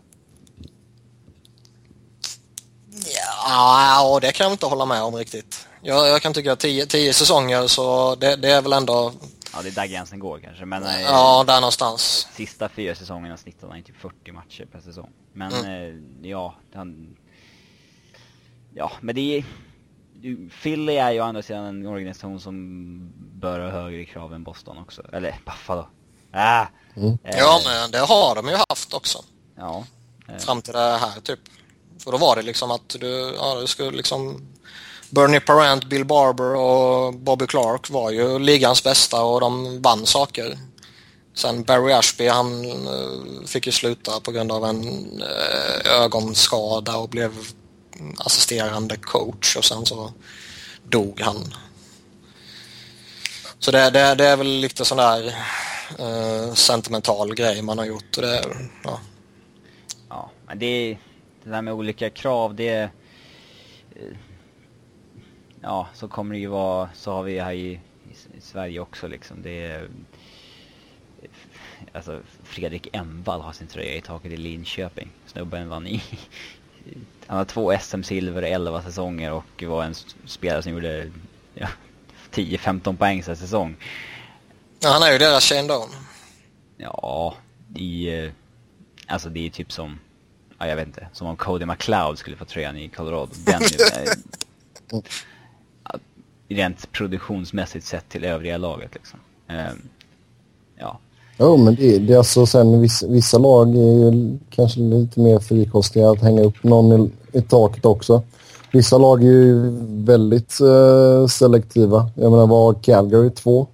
Speaker 3: Ja, det kan jag inte hålla med om riktigt. Jag, jag kan tycka att tio, tio säsonger så det, det är väl ändå...
Speaker 1: Ja, det är där gränsen går kanske. Men,
Speaker 3: ja, där någonstans.
Speaker 1: Sista fyra säsongerna snittar han inte fyrtio matcher per säsong. Men mm. ja, han... Ja, men det är... Philly är ju andra sidan en organisation som bör ha högre krav än Boston också. Eller Buffalo. Ah,
Speaker 2: mm.
Speaker 3: eh, ja, men det har de ju haft också.
Speaker 1: Ja. Eh.
Speaker 3: Fram till det här typ. För då var det liksom att du, ja, du skulle liksom... Bernie Parent, Bill Barber och Bobby Clark var ju ligans bästa och de vann saker. Sen Barry Ashby, han uh, fick ju sluta på grund av en uh, ögonskada och blev assisterande coach och sen så dog han. Så det, det, det är väl lite sån där uh, sentimental grej man har gjort. Och det, ja.
Speaker 1: Ja, men det, det där med olika krav, det... Ja, så kommer det ju vara, så har vi här i, i, i Sverige också liksom. Det är... Alltså, Fredrik Envall har sin tröja i taket i Linköping. Snubben vann i... Han har två S M-silver och elva säsonger och var en spelare som gjorde ja, tio femton poäng per säsong.
Speaker 3: Ja, han är ju deras Shane Doan.
Speaker 1: Ja, i... Alltså det är typ som... Ja, jag vet inte. Som om Cody McLeod skulle få tröjan i Colorado. Den är, rent produktionsmässigt sett till övriga laget liksom. Um, ja.
Speaker 2: Jo, oh, men det, det är alltså sen vissa, vissa lag är ju kanske lite mer frikostiga att hänga upp någon i, i taket också. Vissa lag är ju väldigt uh, selektiva. Jag menar, var Calgary två?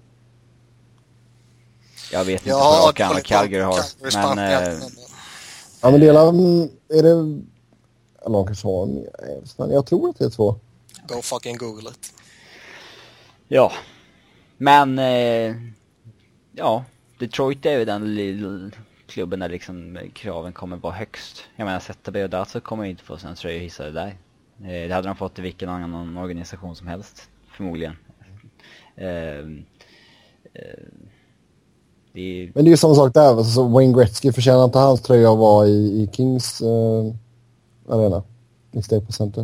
Speaker 1: Jag vet inte
Speaker 3: ja,
Speaker 1: vad Calgary, Calgary har. Men, uh,
Speaker 2: ja, men det är, är det... Eller de kanske har mer. Jag tror att det är två.
Speaker 3: Go fucking Google it.
Speaker 1: Ja, men eh, ja, Detroit är ju den klubben där liksom kraven kommer vara högst. Jag menar, Zetterberg och Datsuk kommer inte få sina tröjor hissade där. Eh, det hade de fått i vilken annan organisation som helst, förmodligen. Eh, eh, det är...
Speaker 2: Men det är ju samma sak där. Alltså, Wayne Gretzky förtjänar inte hans tröja att vara i, i Kings eh, arena i Staples Center.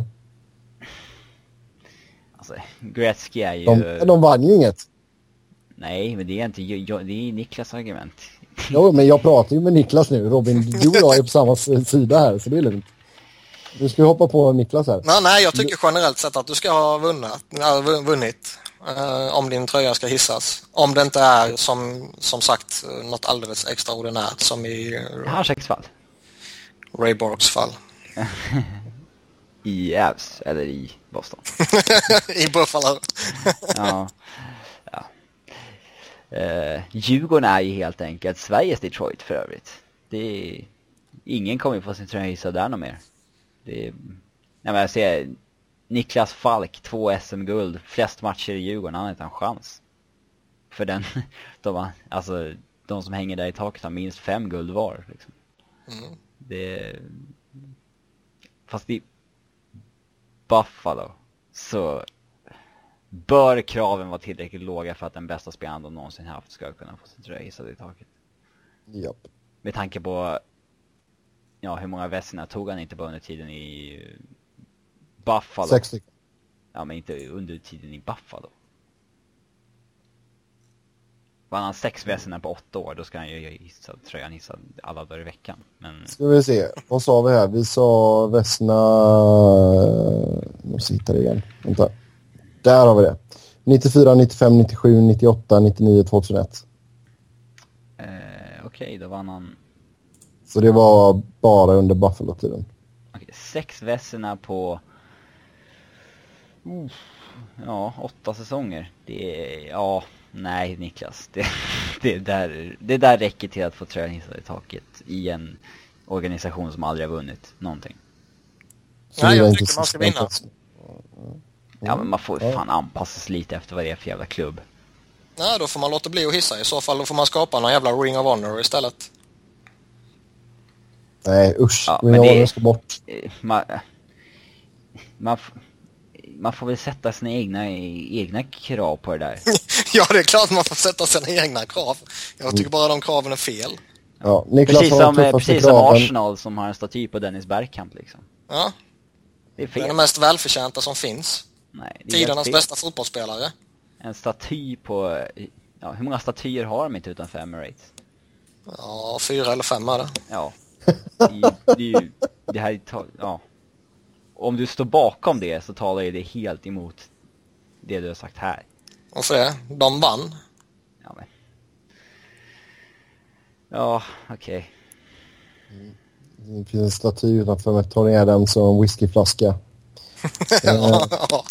Speaker 1: Alltså, Gretzky är ju...
Speaker 2: De, de vann ju inget.
Speaker 1: Nej, men det är inte jag, det är Niklas argument.
Speaker 2: Jo, men jag pratar ju med Niklas nu. Robin, du och jag är på samma sida här, så det är lugnt. Du ska hoppa på Niklas här.
Speaker 3: Nej, nej, jag tycker generellt sett att du ska ha vunnit, äh, vunnit äh, om din tröja ska hissas. Om det inte är som, som sagt något alldeles extraordinärt som i
Speaker 1: Harseks fall.
Speaker 3: Ray Borks fall.
Speaker 1: I Avs eller i Boston.
Speaker 3: I Buffalo.
Speaker 1: Ja. Ja. Uh, Djurgården är ju helt enkelt Sveriges Detroit för övrigt. Det är, ingen kommer få sin tröja hissad där någon mer. Det är, jag, jag ser Niklas Falk, två S M-guld, flest matcher i Djurgården, han har inte en chans. För den, de, alltså, de som hänger där i taket har minst fem guld var. Liksom. Mm. Det, fast i Buffalo så bör kraven vara tillräckligt låga för att den bästa spelaren de någonsin haft ska kunna få sin tröja hissad i taket.
Speaker 2: Japp.
Speaker 1: Med tanke på ja, hur många vässorna tog han inte på under tiden i Buffalo?
Speaker 2: sextio.
Speaker 1: Ja, men inte under tiden i Buffalo. Var han sex vässorna på åtta år, då ska han ju hissa tröjan hissad alla dagar i veckan. Men...
Speaker 2: Ska vi se, vad sa vi här? Vi sa vässorna... Nu måste hitta det igen. Vänta. Där har vi det. nittiofyra, nittiofem, nittiosju, nittioåtta, nittionio, tvåtusenett.
Speaker 1: Eh, Okej, okay, då vann han...
Speaker 2: Så det var bara under Buffalo-tiden.
Speaker 1: Okay, sex vässorna på... Uh, ja, åtta säsonger. Det är... Ja, nej Niklas. Det, det, där, det där räcker till att få tröjan hissad i taket i en organisation som aldrig har vunnit någonting.
Speaker 3: Så nej, jag tycker man ska vinna.
Speaker 1: Ja, men man får fan anpassa sig lite efter vad det är för jävla klubb.
Speaker 3: Nej, då får man låta bli att hissa. I så fall då får man skapa någon jävla Ring of Honor istället.
Speaker 2: Nej, usch.
Speaker 1: Ja,
Speaker 2: Ring
Speaker 1: men
Speaker 2: of
Speaker 1: det
Speaker 2: Honor ska bort.
Speaker 1: Man, man, man får väl sätta sina egna, egna krav på det där.
Speaker 3: Ja, det är klart man får sätta sina egna krav. Jag tycker bara de kraven är fel.
Speaker 2: Ja, Niklas
Speaker 1: precis som, precis som
Speaker 2: kraven.
Speaker 1: Arsenal som har en staty på Dennis Bergkamp liksom.
Speaker 3: Ja.
Speaker 1: Det är fel.
Speaker 3: Det är den mest välförtjänta som finns.
Speaker 1: Nej,
Speaker 3: tidernas bästa fotbollsspelare.
Speaker 1: En staty på... Ja, hur många statyer har de inte utanför Emirates?
Speaker 3: Ja, fyra eller fem är det.
Speaker 1: Ja. Det, det, det här är... Ja. om du står bakom det så talar ju det helt emot det du har sagt här.
Speaker 3: Varför det? De vann.
Speaker 1: Ja, men. Ja, okej.
Speaker 2: Mm. Det finns en staty utanför med Tony Adams och en whiskyflaska.
Speaker 3: Ja.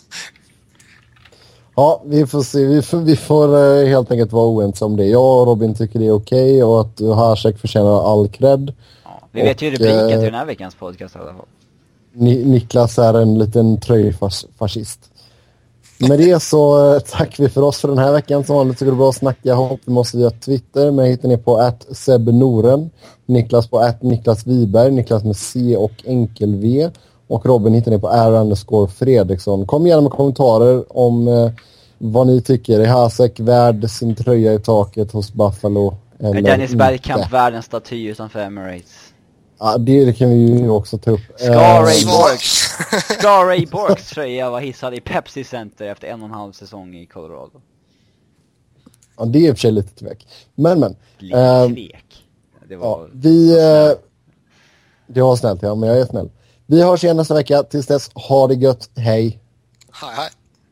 Speaker 2: Ja, vi får se. Vi får, vi får uh, helt enkelt vara oense om det. Jag och Robin tycker det är okej okay, och att Hasek förtjänar all cred.
Speaker 1: Ja, vi vet ju rubriken till den här veckans podcast i alla fall.
Speaker 2: Ni, Niklas är en liten tröjfascist. Med det så uh, tackar vi för oss för den här veckan. Som vanligt så går det bra att snacka ihop. Vi måste via Twitter. Men hittar ni på at sebnoren. Niklas på at Niklas Wiberg. Niklas med C och enkel V. Och Robin hittar ni på R underscore Fredriksson. Kom gärna med kommentarer om eh, vad ni tycker. Är Hasek värd sin tröja i taket hos Buffalo?
Speaker 1: Är Dennis Bergkamp värd en staty utanför Emirates?
Speaker 2: Ja, det, det kan vi ju också ta upp.
Speaker 1: Ska Ray Borks Ska Ray Borks tröja var hissad i Pepsi Center efter en och en halv säsong i Colorado?
Speaker 2: Ja, det är i och för sig lite tvek. Men, men.
Speaker 1: Lite
Speaker 2: äh,
Speaker 1: tvek. Det var...
Speaker 2: Ja, vi... Äh, det var snällt, ja, men jag är snäll. Vi hörs igen nästa vecka. Tills dess, ha det gött. Hej.
Speaker 3: Hej, hej.